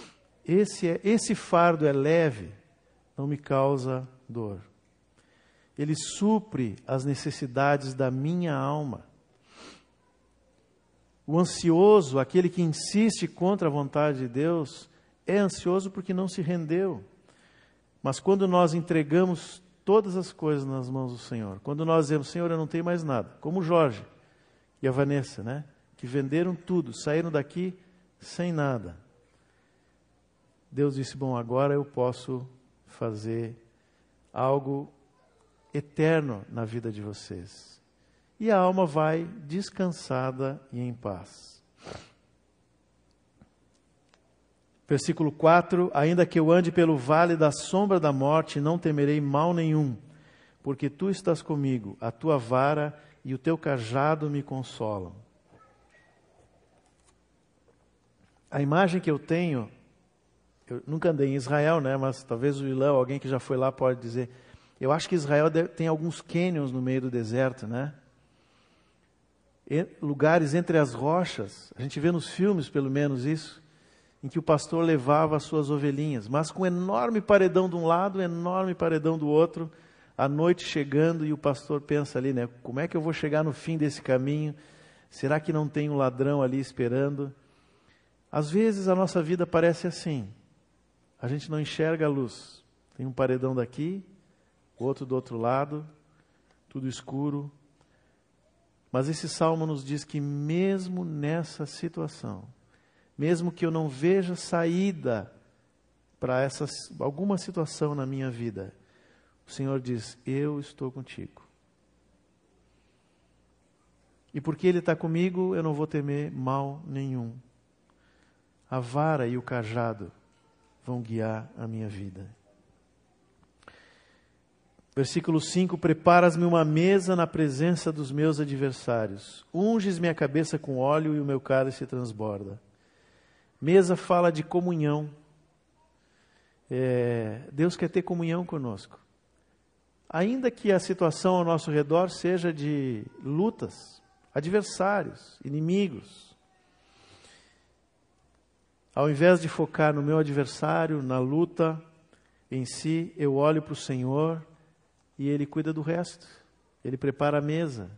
[SPEAKER 1] Esse fardo é leve, não me causa dor. Ele supre as necessidades da minha alma. O ansioso, aquele que insiste contra a vontade de Deus, é ansioso porque não se rendeu. Mas quando nós entregamos todas as coisas nas mãos do Senhor, quando nós dizemos, Senhor, eu não tenho mais nada, como o Jorge e a Vanessa, né? Que venderam tudo, saíram daqui sem nada. Deus disse, bom, agora eu posso fazer algo eterno na vida de vocês. E a alma vai descansada e em paz. Versículo 4, ainda que eu ande pelo vale da sombra da morte, não temerei mal nenhum, porque tu estás comigo, a tua vara e o teu cajado me consolam. A imagem que eu tenho, eu nunca andei em Israel, né? Mas talvez o Ilão, alguém que já foi lá pode dizer, eu acho que Israel tem alguns cânions no meio do deserto, né? Lugares entre as rochas, a gente vê nos filmes pelo menos isso, em que o pastor levava as suas ovelhinhas, mas com um enorme paredão de um lado, um enorme paredão do outro, a noite chegando e o pastor pensa ali, né? Como é que eu vou chegar no fim desse caminho? Será que não tem um ladrão ali esperando? Às vezes a nossa vida parece assim, a gente não enxerga a luz, tem um paredão daqui, outro do outro lado, tudo escuro. Mas esse salmo nos diz que mesmo nessa situação, mesmo que eu não veja saída para alguma situação na minha vida, o Senhor diz, eu estou contigo. E porque Ele está comigo, eu não vou temer mal nenhum. A vara e o cajado vão guiar a minha vida. Versículo 5, preparas-me uma mesa na presença dos meus adversários. Unges minha cabeça com óleo e o meu cálice transborda. Mesa fala de comunhão. Deus quer ter comunhão conosco. Ainda que a situação ao nosso redor seja de lutas, adversários, inimigos. Ao invés de focar no meu adversário, na luta em si, eu olho para o Senhor e Ele cuida do resto. Ele prepara a mesa.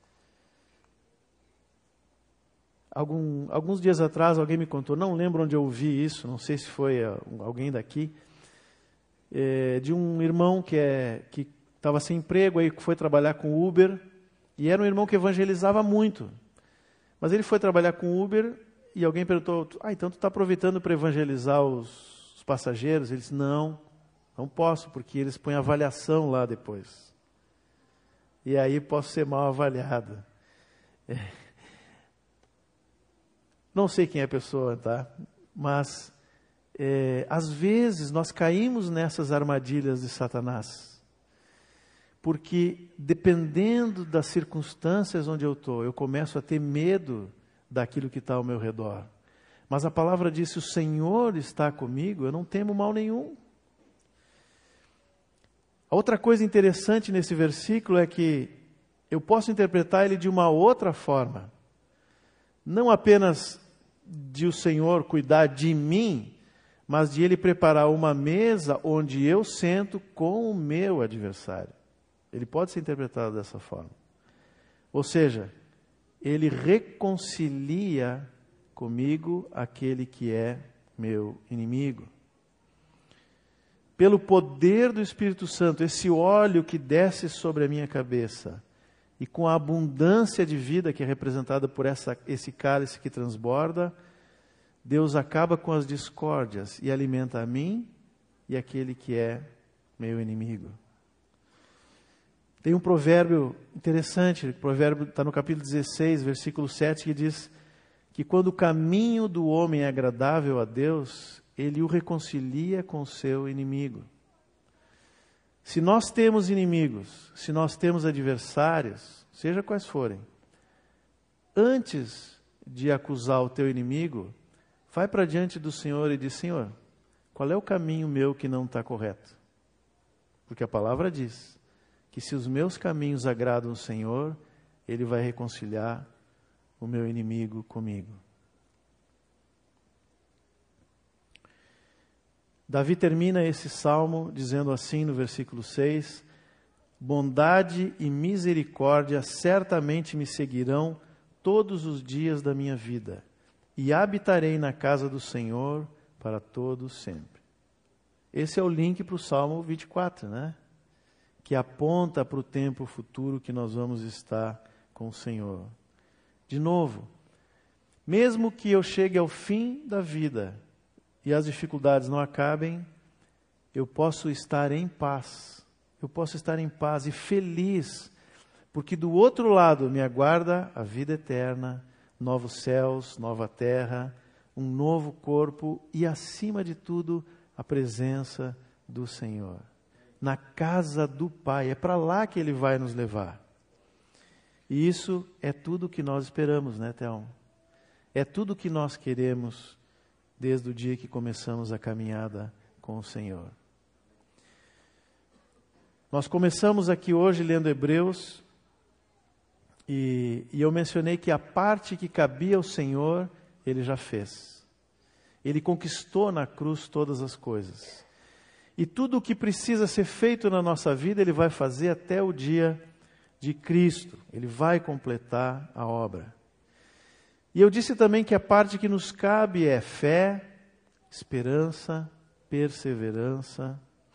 [SPEAKER 1] Alguns dias atrás alguém me contou, não lembro onde eu ouvi isso, não sei se foi alguém daqui, de um irmão que estava sem emprego, aí foi trabalhar com Uber, e era um irmão que evangelizava muito. Mas ele foi trabalhar com Uber e alguém perguntou, então tu está aproveitando para evangelizar os passageiros? Ele disse, não posso, porque eles põem avaliação lá depois. E aí posso ser mal avaliado. Não sei quem é a pessoa, tá? Mas, às vezes, nós caímos nessas armadilhas de Satanás. Porque, dependendo das circunstâncias onde eu estou, eu começo a ter medo daquilo que está ao meu redor. Mas a palavra diz, se o Senhor está comigo, eu não temo mal nenhum. A outra coisa interessante nesse versículo é que eu posso interpretar ele de uma outra forma. Não apenas de o Senhor cuidar de mim, mas de Ele preparar uma mesa onde eu sento com o meu adversário. Ele pode ser interpretado dessa forma. Ou seja, Ele reconcilia comigo aquele que é meu inimigo. Pelo poder do Espírito Santo, esse óleo que desce sobre a minha cabeça, e com a abundância de vida que é representada por esse cálice que transborda, Deus acaba com as discórdias e alimenta a mim e aquele que é meu inimigo. Tem um provérbio interessante, o provérbio está no capítulo 16, versículo 7, que diz que quando o caminho do homem é agradável a Deus, Ele o reconcilia com o seu inimigo. Se nós temos inimigos, se nós temos adversários, seja quais forem, antes de acusar o teu inimigo, vai para diante do Senhor e diz, Senhor, qual é o caminho meu que não está correto? Porque a palavra diz que se os meus caminhos agradam o Senhor, Ele vai reconciliar o meu inimigo comigo. Davi termina esse salmo dizendo assim no versículo 6, bondade e misericórdia certamente me seguirão todos os dias da minha vida, e habitarei na casa do Senhor para todo sempre. Esse é o link para o Salmo 24, né? Que aponta para o tempo futuro que nós vamos estar com o Senhor. De novo, mesmo que eu chegue ao fim da vida e as dificuldades não acabem, eu posso estar em paz. Eu posso estar em paz e feliz, porque do outro lado me aguarda a vida eterna, novos céus, nova terra, um novo corpo e, acima de tudo, a presença do Senhor. Na casa do Pai, é para lá que Ele vai nos levar. E isso é tudo que nós esperamos, né, Thelma? É tudo que nós queremos desde o dia que começamos a caminhada com o Senhor. Nós começamos aqui hoje lendo Hebreus e eu mencionei que a parte que cabia ao Senhor, Ele já fez. Ele conquistou na cruz todas as coisas. E tudo o que precisa ser feito na nossa vida, Ele vai fazer até o dia de Cristo. Ele vai completar a obra. E eu disse também que a parte que nos cabe é fé, esperança, perseverança.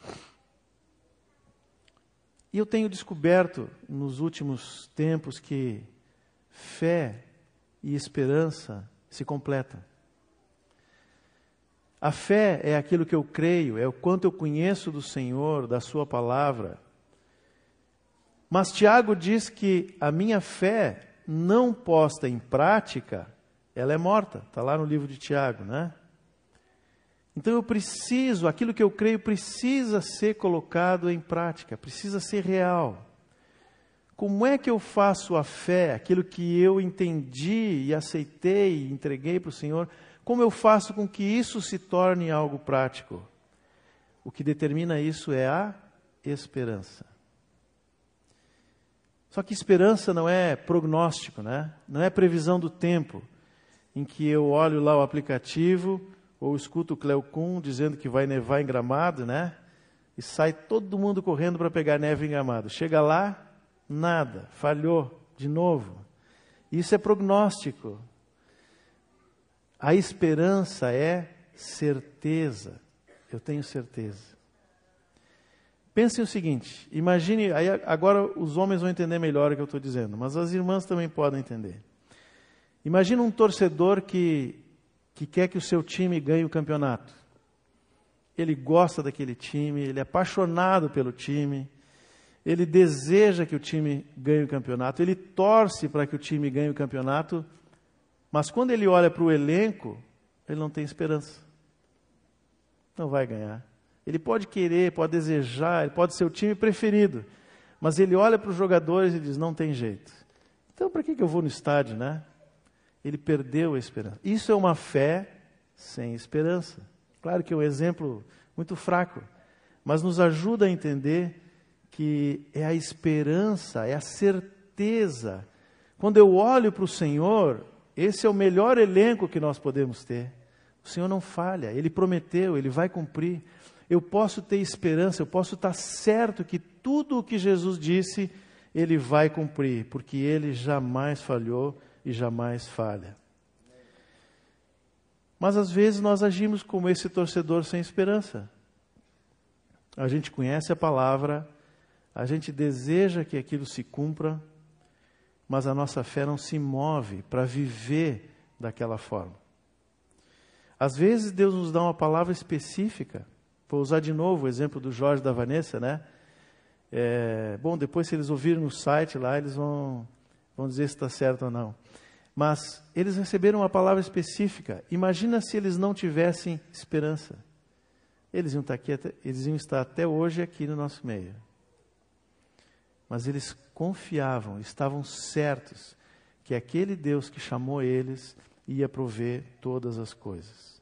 [SPEAKER 1] E eu tenho descoberto nos últimos tempos que fé e esperança se completam. A fé é aquilo que eu creio, é o quanto eu conheço do Senhor, da Sua palavra. Mas Tiago diz que a minha fé não posta em prática, ela é morta. Está lá no livro de Tiago, né? Então eu preciso, aquilo que eu creio precisa ser colocado em prática, precisa ser real. Como é que eu faço a fé, aquilo que eu entendi e aceitei e entreguei para o Senhor, como eu faço com que isso se torne algo prático? O que determina isso é a esperança. Só que esperança não é prognóstico, né? Não é previsão do tempo, em que eu olho lá o aplicativo, ou escuto o Cleocum dizendo que vai nevar em Gramado, né? E sai todo mundo correndo para pegar neve em Gramado. Chega lá, nada, falhou de novo. Isso é prognóstico. A esperança é certeza. Eu tenho certeza. Pensem o seguinte, imagine, aí agora os homens vão entender melhor o que eu estou dizendo, mas as irmãs também podem entender. Imagina um torcedor que quer que o seu time ganhe o campeonato. Ele gosta daquele time, ele é apaixonado pelo time, ele deseja que o time ganhe o campeonato, ele torce para que o time ganhe o campeonato, mas quando ele olha para o elenco, ele não tem esperança. Não vai ganhar. Ele pode querer, pode desejar, ele pode ser o time preferido, mas ele olha para os jogadores e diz, não tem jeito. Então, para que eu vou no estádio, né? Ele perdeu a esperança. Isso é uma fé sem esperança. Claro que é um exemplo muito fraco, mas nos ajuda a entender que é a esperança, é a certeza. Quando eu olho para o Senhor, esse é o melhor elenco que nós podemos ter. O Senhor não falha, Ele prometeu, Ele vai cumprir. Eu posso ter esperança, eu posso estar certo que tudo o que Jesus disse, Ele vai cumprir, porque Ele jamais falhou e jamais falha. Mas às vezes nós agimos como esse torcedor sem esperança. A gente conhece a palavra, a gente deseja que aquilo se cumpra, mas a nossa fé não se move para viver daquela forma. Às vezes Deus nos dá uma palavra específica. Vou usar de novo o exemplo do Jorge e da Vanessa, né? Bom, depois se eles ouvirem no site lá, eles vão dizer se está certo ou não. Mas eles receberam uma palavra específica. Imagina se eles não tivessem esperança. Eles iam estar até hoje aqui no nosso meio. Mas eles confiavam, estavam certos que aquele Deus que chamou eles ia prover todas as coisas.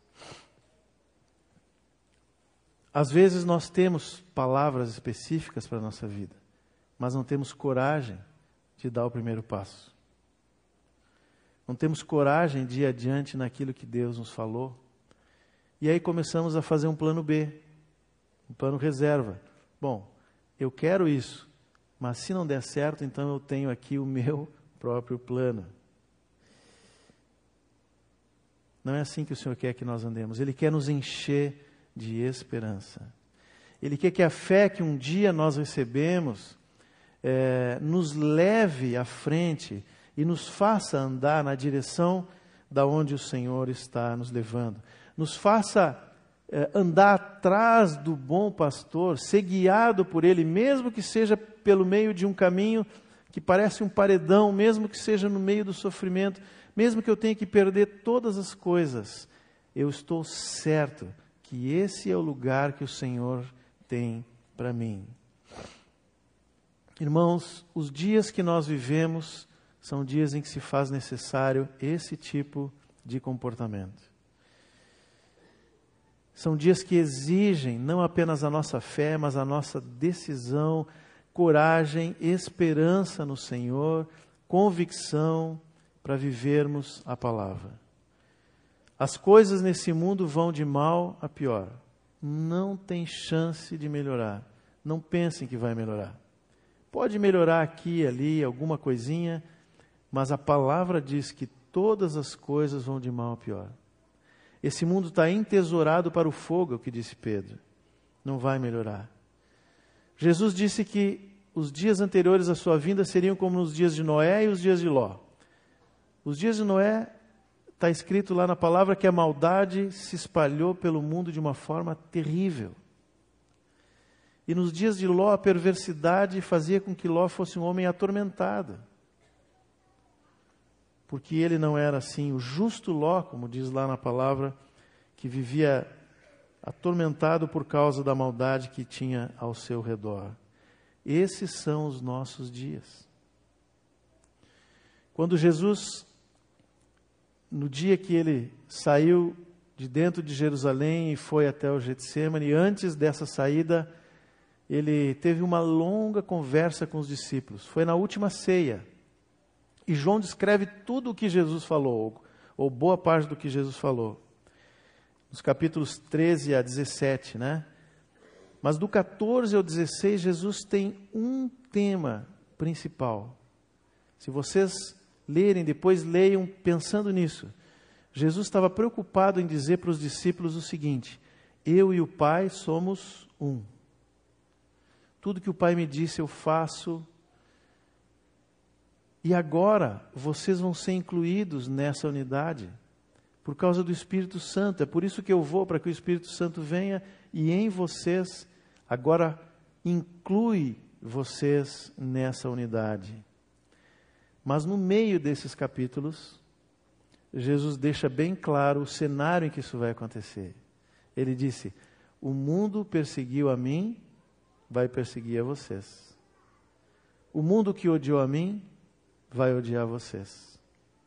[SPEAKER 1] Às vezes nós temos palavras específicas para a nossa vida, mas não temos coragem de dar o primeiro passo. Não temos coragem de ir adiante naquilo que Deus nos falou. E aí começamos a fazer um plano B, um plano reserva. Bom, eu quero isso, Mas se não der certo, então eu tenho aqui o meu próprio plano. Não é assim que o Senhor quer que nós andemos. Ele quer nos encher de esperança. Ele quer que a fé que um dia nós recebemos nos leve à frente e nos faça andar na direção da onde o Senhor está nos levando. Nos faça andar atrás do bom pastor, ser guiado por ele, mesmo que seja pelo meio de um caminho que parece um paredão, mesmo que seja no meio do sofrimento, mesmo que eu tenha que perder todas as coisas, eu estou certo que esse é o lugar que o Senhor tem para mim. Irmãos, os dias que nós vivemos são dias em que se faz necessário esse tipo de comportamento. São dias que exigem não apenas a nossa fé, mas a nossa decisão, coragem, esperança no Senhor, convicção para vivermos a palavra. As coisas nesse mundo vão de mal a pior. Não tem chance de melhorar. Não pensem que vai melhorar. Pode melhorar aqui e ali, alguma coisinha, mas a palavra diz que todas as coisas vão de mal a pior. Esse mundo está entesourado para o fogo, é o que disse Pedro. Não vai melhorar. Jesus disse que os dias anteriores à sua vinda seriam como nos dias de Noé e os dias de Ló. Os dias de Noé, está escrito lá na palavra que a maldade se espalhou pelo mundo de uma forma terrível. E nos dias de Ló, a perversidade fazia com que Ló fosse um homem atormentado. Porque ele não era assim, o justo Ló, como diz lá na palavra, que vivia atormentado por causa da maldade que tinha ao seu redor. Esses são os nossos dias. Quando Jesus, no dia que ele saiu de dentro de Jerusalém e foi até o Getsêmani, antes dessa saída, ele teve uma longa conversa com os discípulos. Foi na última ceia. E João descreve tudo o que Jesus falou, ou boa parte do que Jesus falou. Nos capítulos 13 a 17, né? Mas do 14 ao 16, Jesus tem um tema principal. Se vocês lerem, depois leiam pensando nisso. Jesus estava preocupado em dizer para os discípulos o seguinte: eu e o Pai somos um. Tudo que o Pai me disse eu faço. E agora vocês vão ser incluídos nessa unidade por causa do Espírito Santo. É por isso que eu vou, para que o Espírito Santo venha e em vocês agora inclui vocês nessa unidade. Mas no meio desses capítulos, Jesus deixa bem claro o cenário em que isso vai acontecer. Ele disse: o mundo perseguiu a mim, vai perseguir a vocês. O mundo que odiou a mim, vai odiar vocês.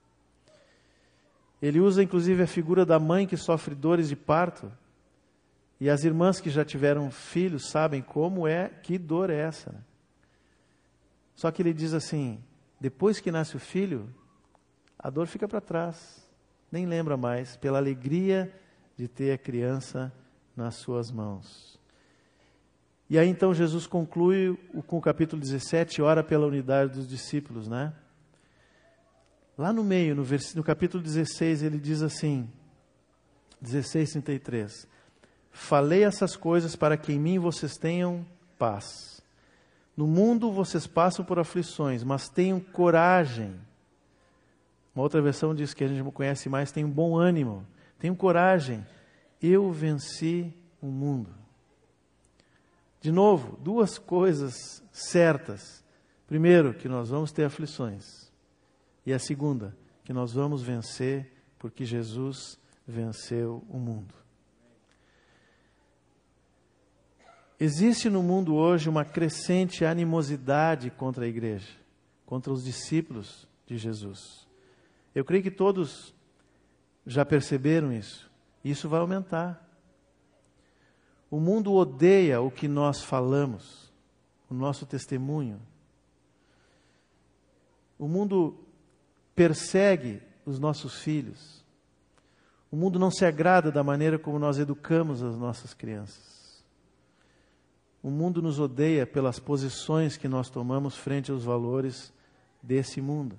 [SPEAKER 1] Ele usa inclusive a figura da mãe que sofre dores de parto. E as irmãs que já tiveram filhos sabem que dor é essa. Né? Só que ele diz assim: depois que nasce o filho, a dor fica para trás. Nem lembra mais, pela alegria de ter a criança nas suas mãos. E aí então Jesus conclui com o capítulo 17, ora pela unidade dos discípulos, né? Lá no meio, no capítulo 16, ele diz assim, 16:33, falei essas coisas para que em mim vocês tenham paz. No mundo vocês passam por aflições, mas tenham coragem. Uma outra versão diz que a gente não conhece mais, tenham bom ânimo, tenham coragem. Eu venci o mundo. De novo, duas coisas certas. Primeiro, que nós vamos ter aflições. E a segunda, que nós vamos vencer porque Jesus venceu o mundo. Existe no mundo hoje uma crescente animosidade contra a igreja, contra os discípulos de Jesus. Eu creio que todos já perceberam isso. E isso vai aumentar. O mundo odeia o que nós falamos, o nosso testemunho. O mundo persegue os nossos filhos. O mundo não se agrada da maneira como nós educamos as nossas crianças. O mundo nos odeia pelas posições que nós tomamos frente aos valores desse mundo.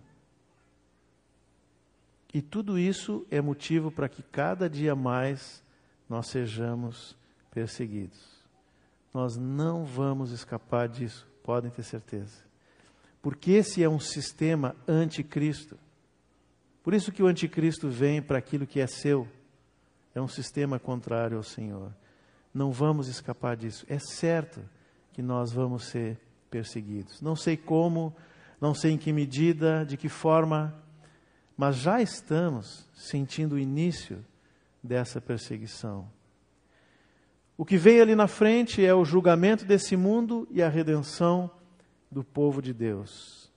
[SPEAKER 1] E tudo isso é motivo para que cada dia mais nós sejamos perseguidos. Nós não vamos escapar disso, podem ter certeza. Porque esse é um sistema anticristo. Por isso que o anticristo vem para aquilo que é seu. É um sistema contrário ao Senhor. Não vamos escapar disso. É certo que nós vamos ser perseguidos. Não sei como, não sei em que medida, de que forma, mas já estamos sentindo o início dessa perseguição. O que vem ali na frente é o julgamento desse mundo e a redenção do povo de Deus.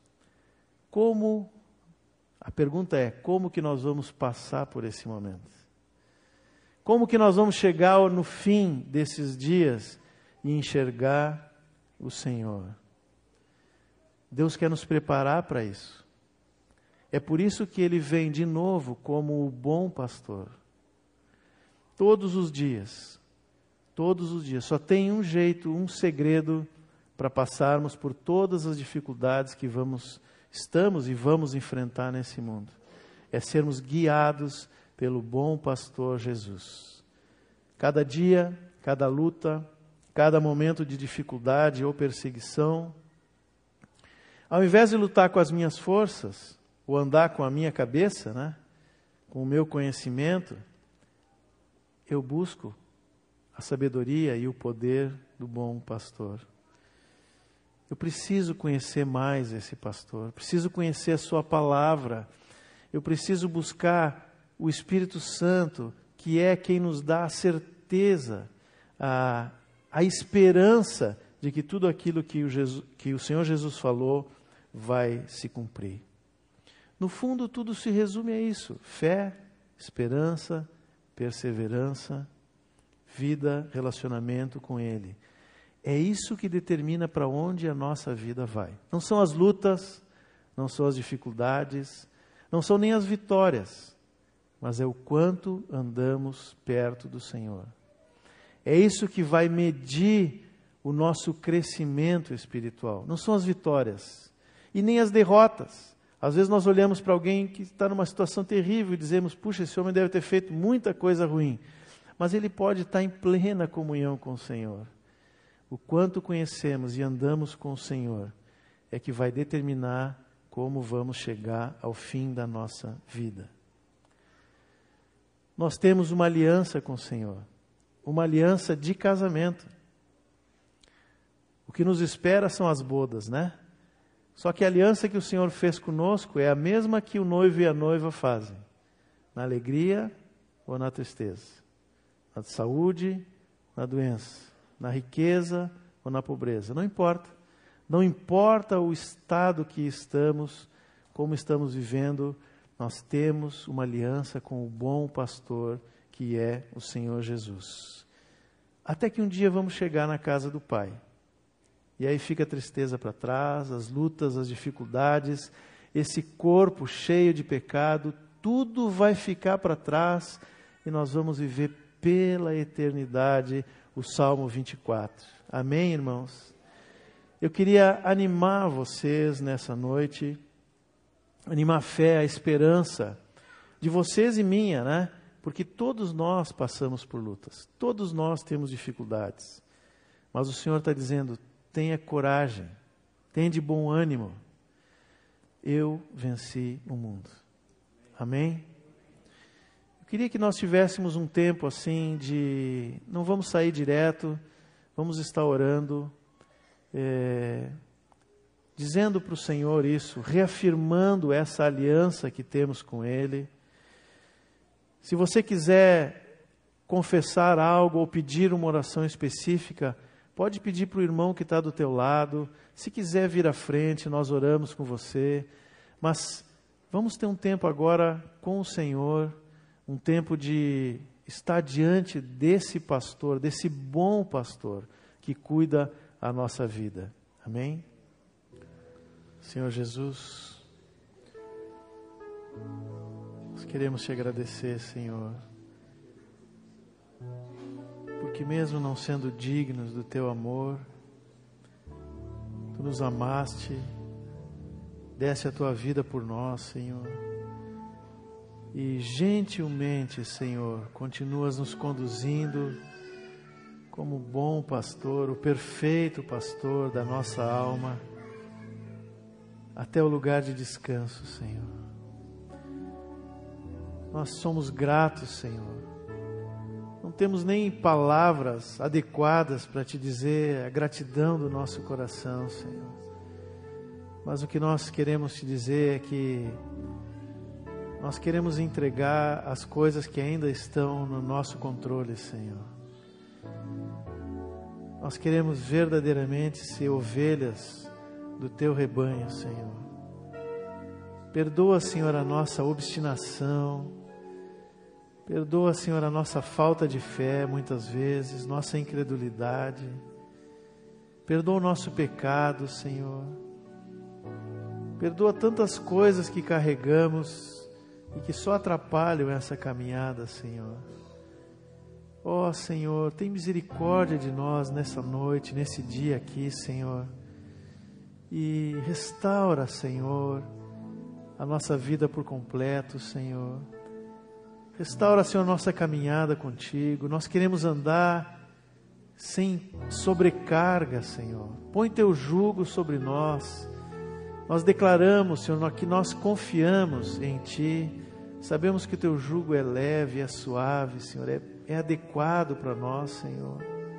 [SPEAKER 1] A pergunta é, como que nós vamos passar por esse momento? Como que nós vamos chegar no fim desses dias e enxergar o Senhor? Deus quer nos preparar para isso. É por isso que Ele vem de novo como o bom pastor. Todos os dias. Só tem um jeito, um segredo para passarmos por todas as dificuldades que estamos e vamos enfrentar nesse mundo. É sermos guiados pelo bom pastor Jesus. Cada dia, cada luta, cada momento de dificuldade ou perseguição, ao invés de lutar com as minhas forças, ou andar com a minha cabeça, né, com o meu conhecimento, eu busco a sabedoria e o poder do bom pastor. Eu preciso conhecer mais esse pastor, preciso conhecer a sua palavra, eu preciso buscar o Espírito Santo, que é quem nos dá a certeza, a esperança de que tudo aquilo que o Senhor Jesus falou vai se cumprir. No fundo, tudo se resume a isso: fé, esperança, perseverança, vida, relacionamento com Ele. É isso que determina para onde a nossa vida vai. Não são as lutas, não são as dificuldades, não são nem as vitórias, mas é o quanto andamos perto do Senhor. É isso que vai medir o nosso crescimento espiritual. Não são as vitórias e nem as derrotas. Às vezes nós olhamos para alguém que está numa situação terrível e dizemos, puxa, esse homem deve ter feito muita coisa ruim. Mas ele pode estar em plena comunhão com o Senhor. O quanto conhecemos e andamos com o Senhor é que vai determinar como vamos chegar ao fim da nossa vida. Nós temos uma aliança com o Senhor, uma aliança de casamento. O que nos espera são as bodas, né? Só que a aliança que o Senhor fez conosco é a mesma que o noivo e a noiva fazem, na alegria ou na tristeza, na saúde, na doença, na riqueza ou na pobreza, não importa. Não importa o estado que estamos, como estamos vivendo, nós temos uma aliança com o bom pastor, que é o Senhor Jesus. Até que um dia vamos chegar na casa do Pai. E aí fica a tristeza para trás, as lutas, as dificuldades, esse corpo cheio de pecado, tudo vai ficar para trás e nós vamos viver pela eternidade o Salmo 24. Amém, irmãos? Eu queria animar vocês nessa noite, animar a fé, a esperança de vocês e minha, né? Porque todos nós passamos por lutas, todos nós temos dificuldades. Mas o Senhor está dizendo, tenha coragem, tenha de bom ânimo. Eu venci o mundo. Amém? Eu queria que nós tivéssemos um tempo assim de... Não vamos sair direto, vamos estar orando, dizendo para o Senhor isso, reafirmando essa aliança que temos com Ele. Se você quiser confessar algo ou pedir uma oração específica, pode pedir para o irmão que está do teu lado. Se quiser vir à frente, nós oramos com você. Mas vamos ter um tempo agora com o Senhor, um tempo de estar diante desse pastor, desse bom pastor que cuida a nossa vida. Amém? Senhor Jesus, nós queremos te agradecer, Senhor, porque mesmo não sendo dignos do teu amor, Tu nos amaste, deste a Tua vida por nós, Senhor. E gentilmente, Senhor, continuas nos conduzindo como bom pastor, o perfeito pastor da nossa alma, até o lugar de descanso, Senhor. Nós somos gratos, Senhor. Não temos nem palavras adequadas para Te dizer a gratidão do nosso coração, Senhor. Mas o que nós queremos Te dizer é que nós queremos entregar as coisas que ainda estão no nosso controle, Senhor. Nós queremos verdadeiramente ser ovelhas do Teu rebanho, Senhor. Perdoa, Senhor, a nossa obstinação. Perdoa, Senhor, a nossa falta de fé, muitas vezes, nossa incredulidade. Perdoa o nosso pecado, Senhor. Perdoa tantas coisas que carregamos e que só atrapalham essa caminhada, Senhor. Ó, Senhor, tem misericórdia de nós nessa noite, nesse dia aqui, Senhor. E restaura, Senhor, a nossa vida por completo, Senhor. Restaura, Senhor, nossa caminhada contigo. Nós queremos andar sem sobrecarga, Senhor. Põe Teu jugo sobre nós. Nós declaramos, Senhor, que nós confiamos em Ti. Sabemos que o Teu jugo é leve, é suave, Senhor, é adequado para nós, Senhor.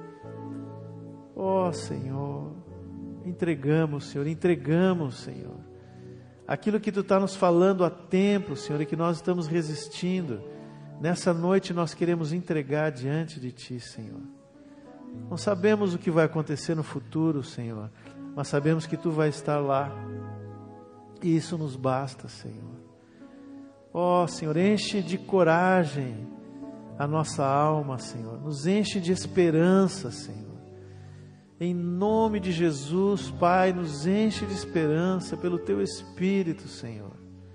[SPEAKER 1] Ó, Senhor, entregamos, Senhor, aquilo que Tu está nos falando há tempo, Senhor, e que nós estamos resistindo. Nessa noite nós queremos entregar diante de Ti, Senhor. Não sabemos o que vai acontecer no futuro, Senhor, mas sabemos que Tu vai estar lá. E isso nos basta, Senhor. Ó, Senhor, enche de coragem a nossa alma, Senhor. Nos enche de esperança, Senhor. Em nome de Jesus, Pai, nos enche de esperança pelo Teu Espírito, Senhor.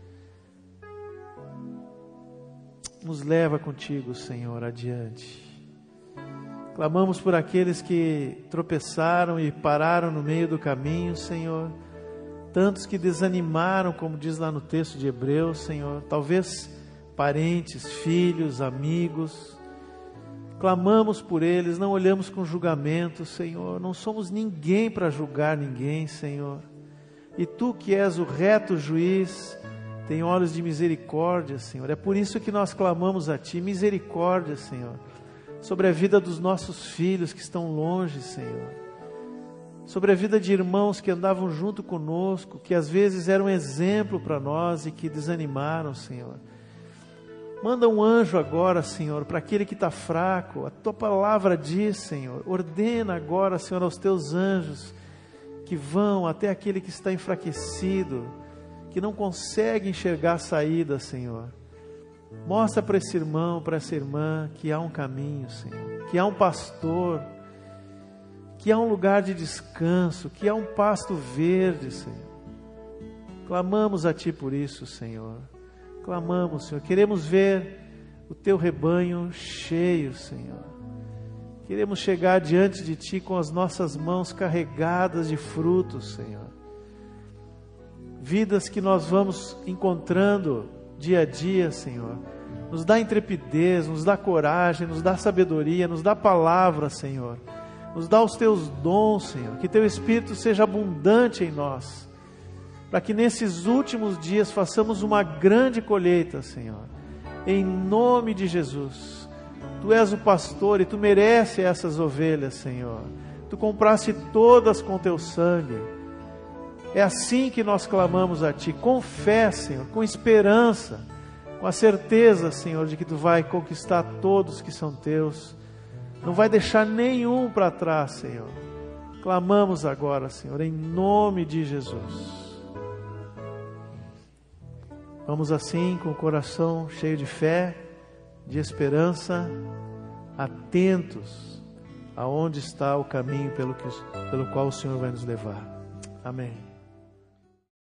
[SPEAKER 1] Nos leva contigo, Senhor, adiante. Clamamos por aqueles que tropeçaram e pararam no meio do caminho, Senhor. Tantos que desanimaram, como diz lá no texto de Hebreus, Senhor. Talvez parentes, filhos, amigos. Clamamos por eles, não olhamos com julgamento, Senhor. Não somos ninguém para julgar ninguém, Senhor. E Tu que és o reto juiz, tem olhos de misericórdia, Senhor. É por isso que nós clamamos a Ti, misericórdia, Senhor, sobre a vida dos nossos filhos que estão longe, Senhor. Sobre a vida de irmãos que andavam junto conosco, que às vezes eram exemplo para nós e que desanimaram, Senhor. Manda um anjo agora, Senhor, para aquele que está fraco. A Tua palavra diz, Senhor, ordena agora, Senhor, aos Teus anjos que vão até aquele que está enfraquecido, que não consegue enxergar a saída, Senhor. Mostra para esse irmão, para essa irmã, que há um caminho, Senhor, que há um pastor, que há um lugar de descanso, que há um pasto verde, Senhor. Clamamos a Ti por isso, Senhor. Clamamos, Senhor. Queremos ver o Teu rebanho cheio, Senhor. Queremos chegar diante de Ti com as nossas mãos carregadas de frutos, Senhor. Vidas que nós vamos encontrando dia a dia, Senhor. Nos dá intrepidez, nos dá coragem, nos dá sabedoria, nos dá palavra, Senhor. Nos dá os Teus dons, Senhor. Que Teu Espírito seja abundante em nós, para que nesses últimos dias façamos uma grande colheita, Senhor. Em nome de Jesus. Tu és o pastor e Tu mereces essas ovelhas, Senhor. Tu compraste todas com Teu sangue. É assim que nós clamamos a Ti, com fé, Senhor, com esperança, com a certeza, Senhor, de que Tu vai conquistar todos que são Teus. Não vai deixar nenhum para trás, Senhor. Clamamos agora, Senhor, em nome de Jesus. Vamos assim, com o coração cheio de fé, de esperança, atentos aonde está o caminho pelo qual o Senhor vai nos levar. Amém.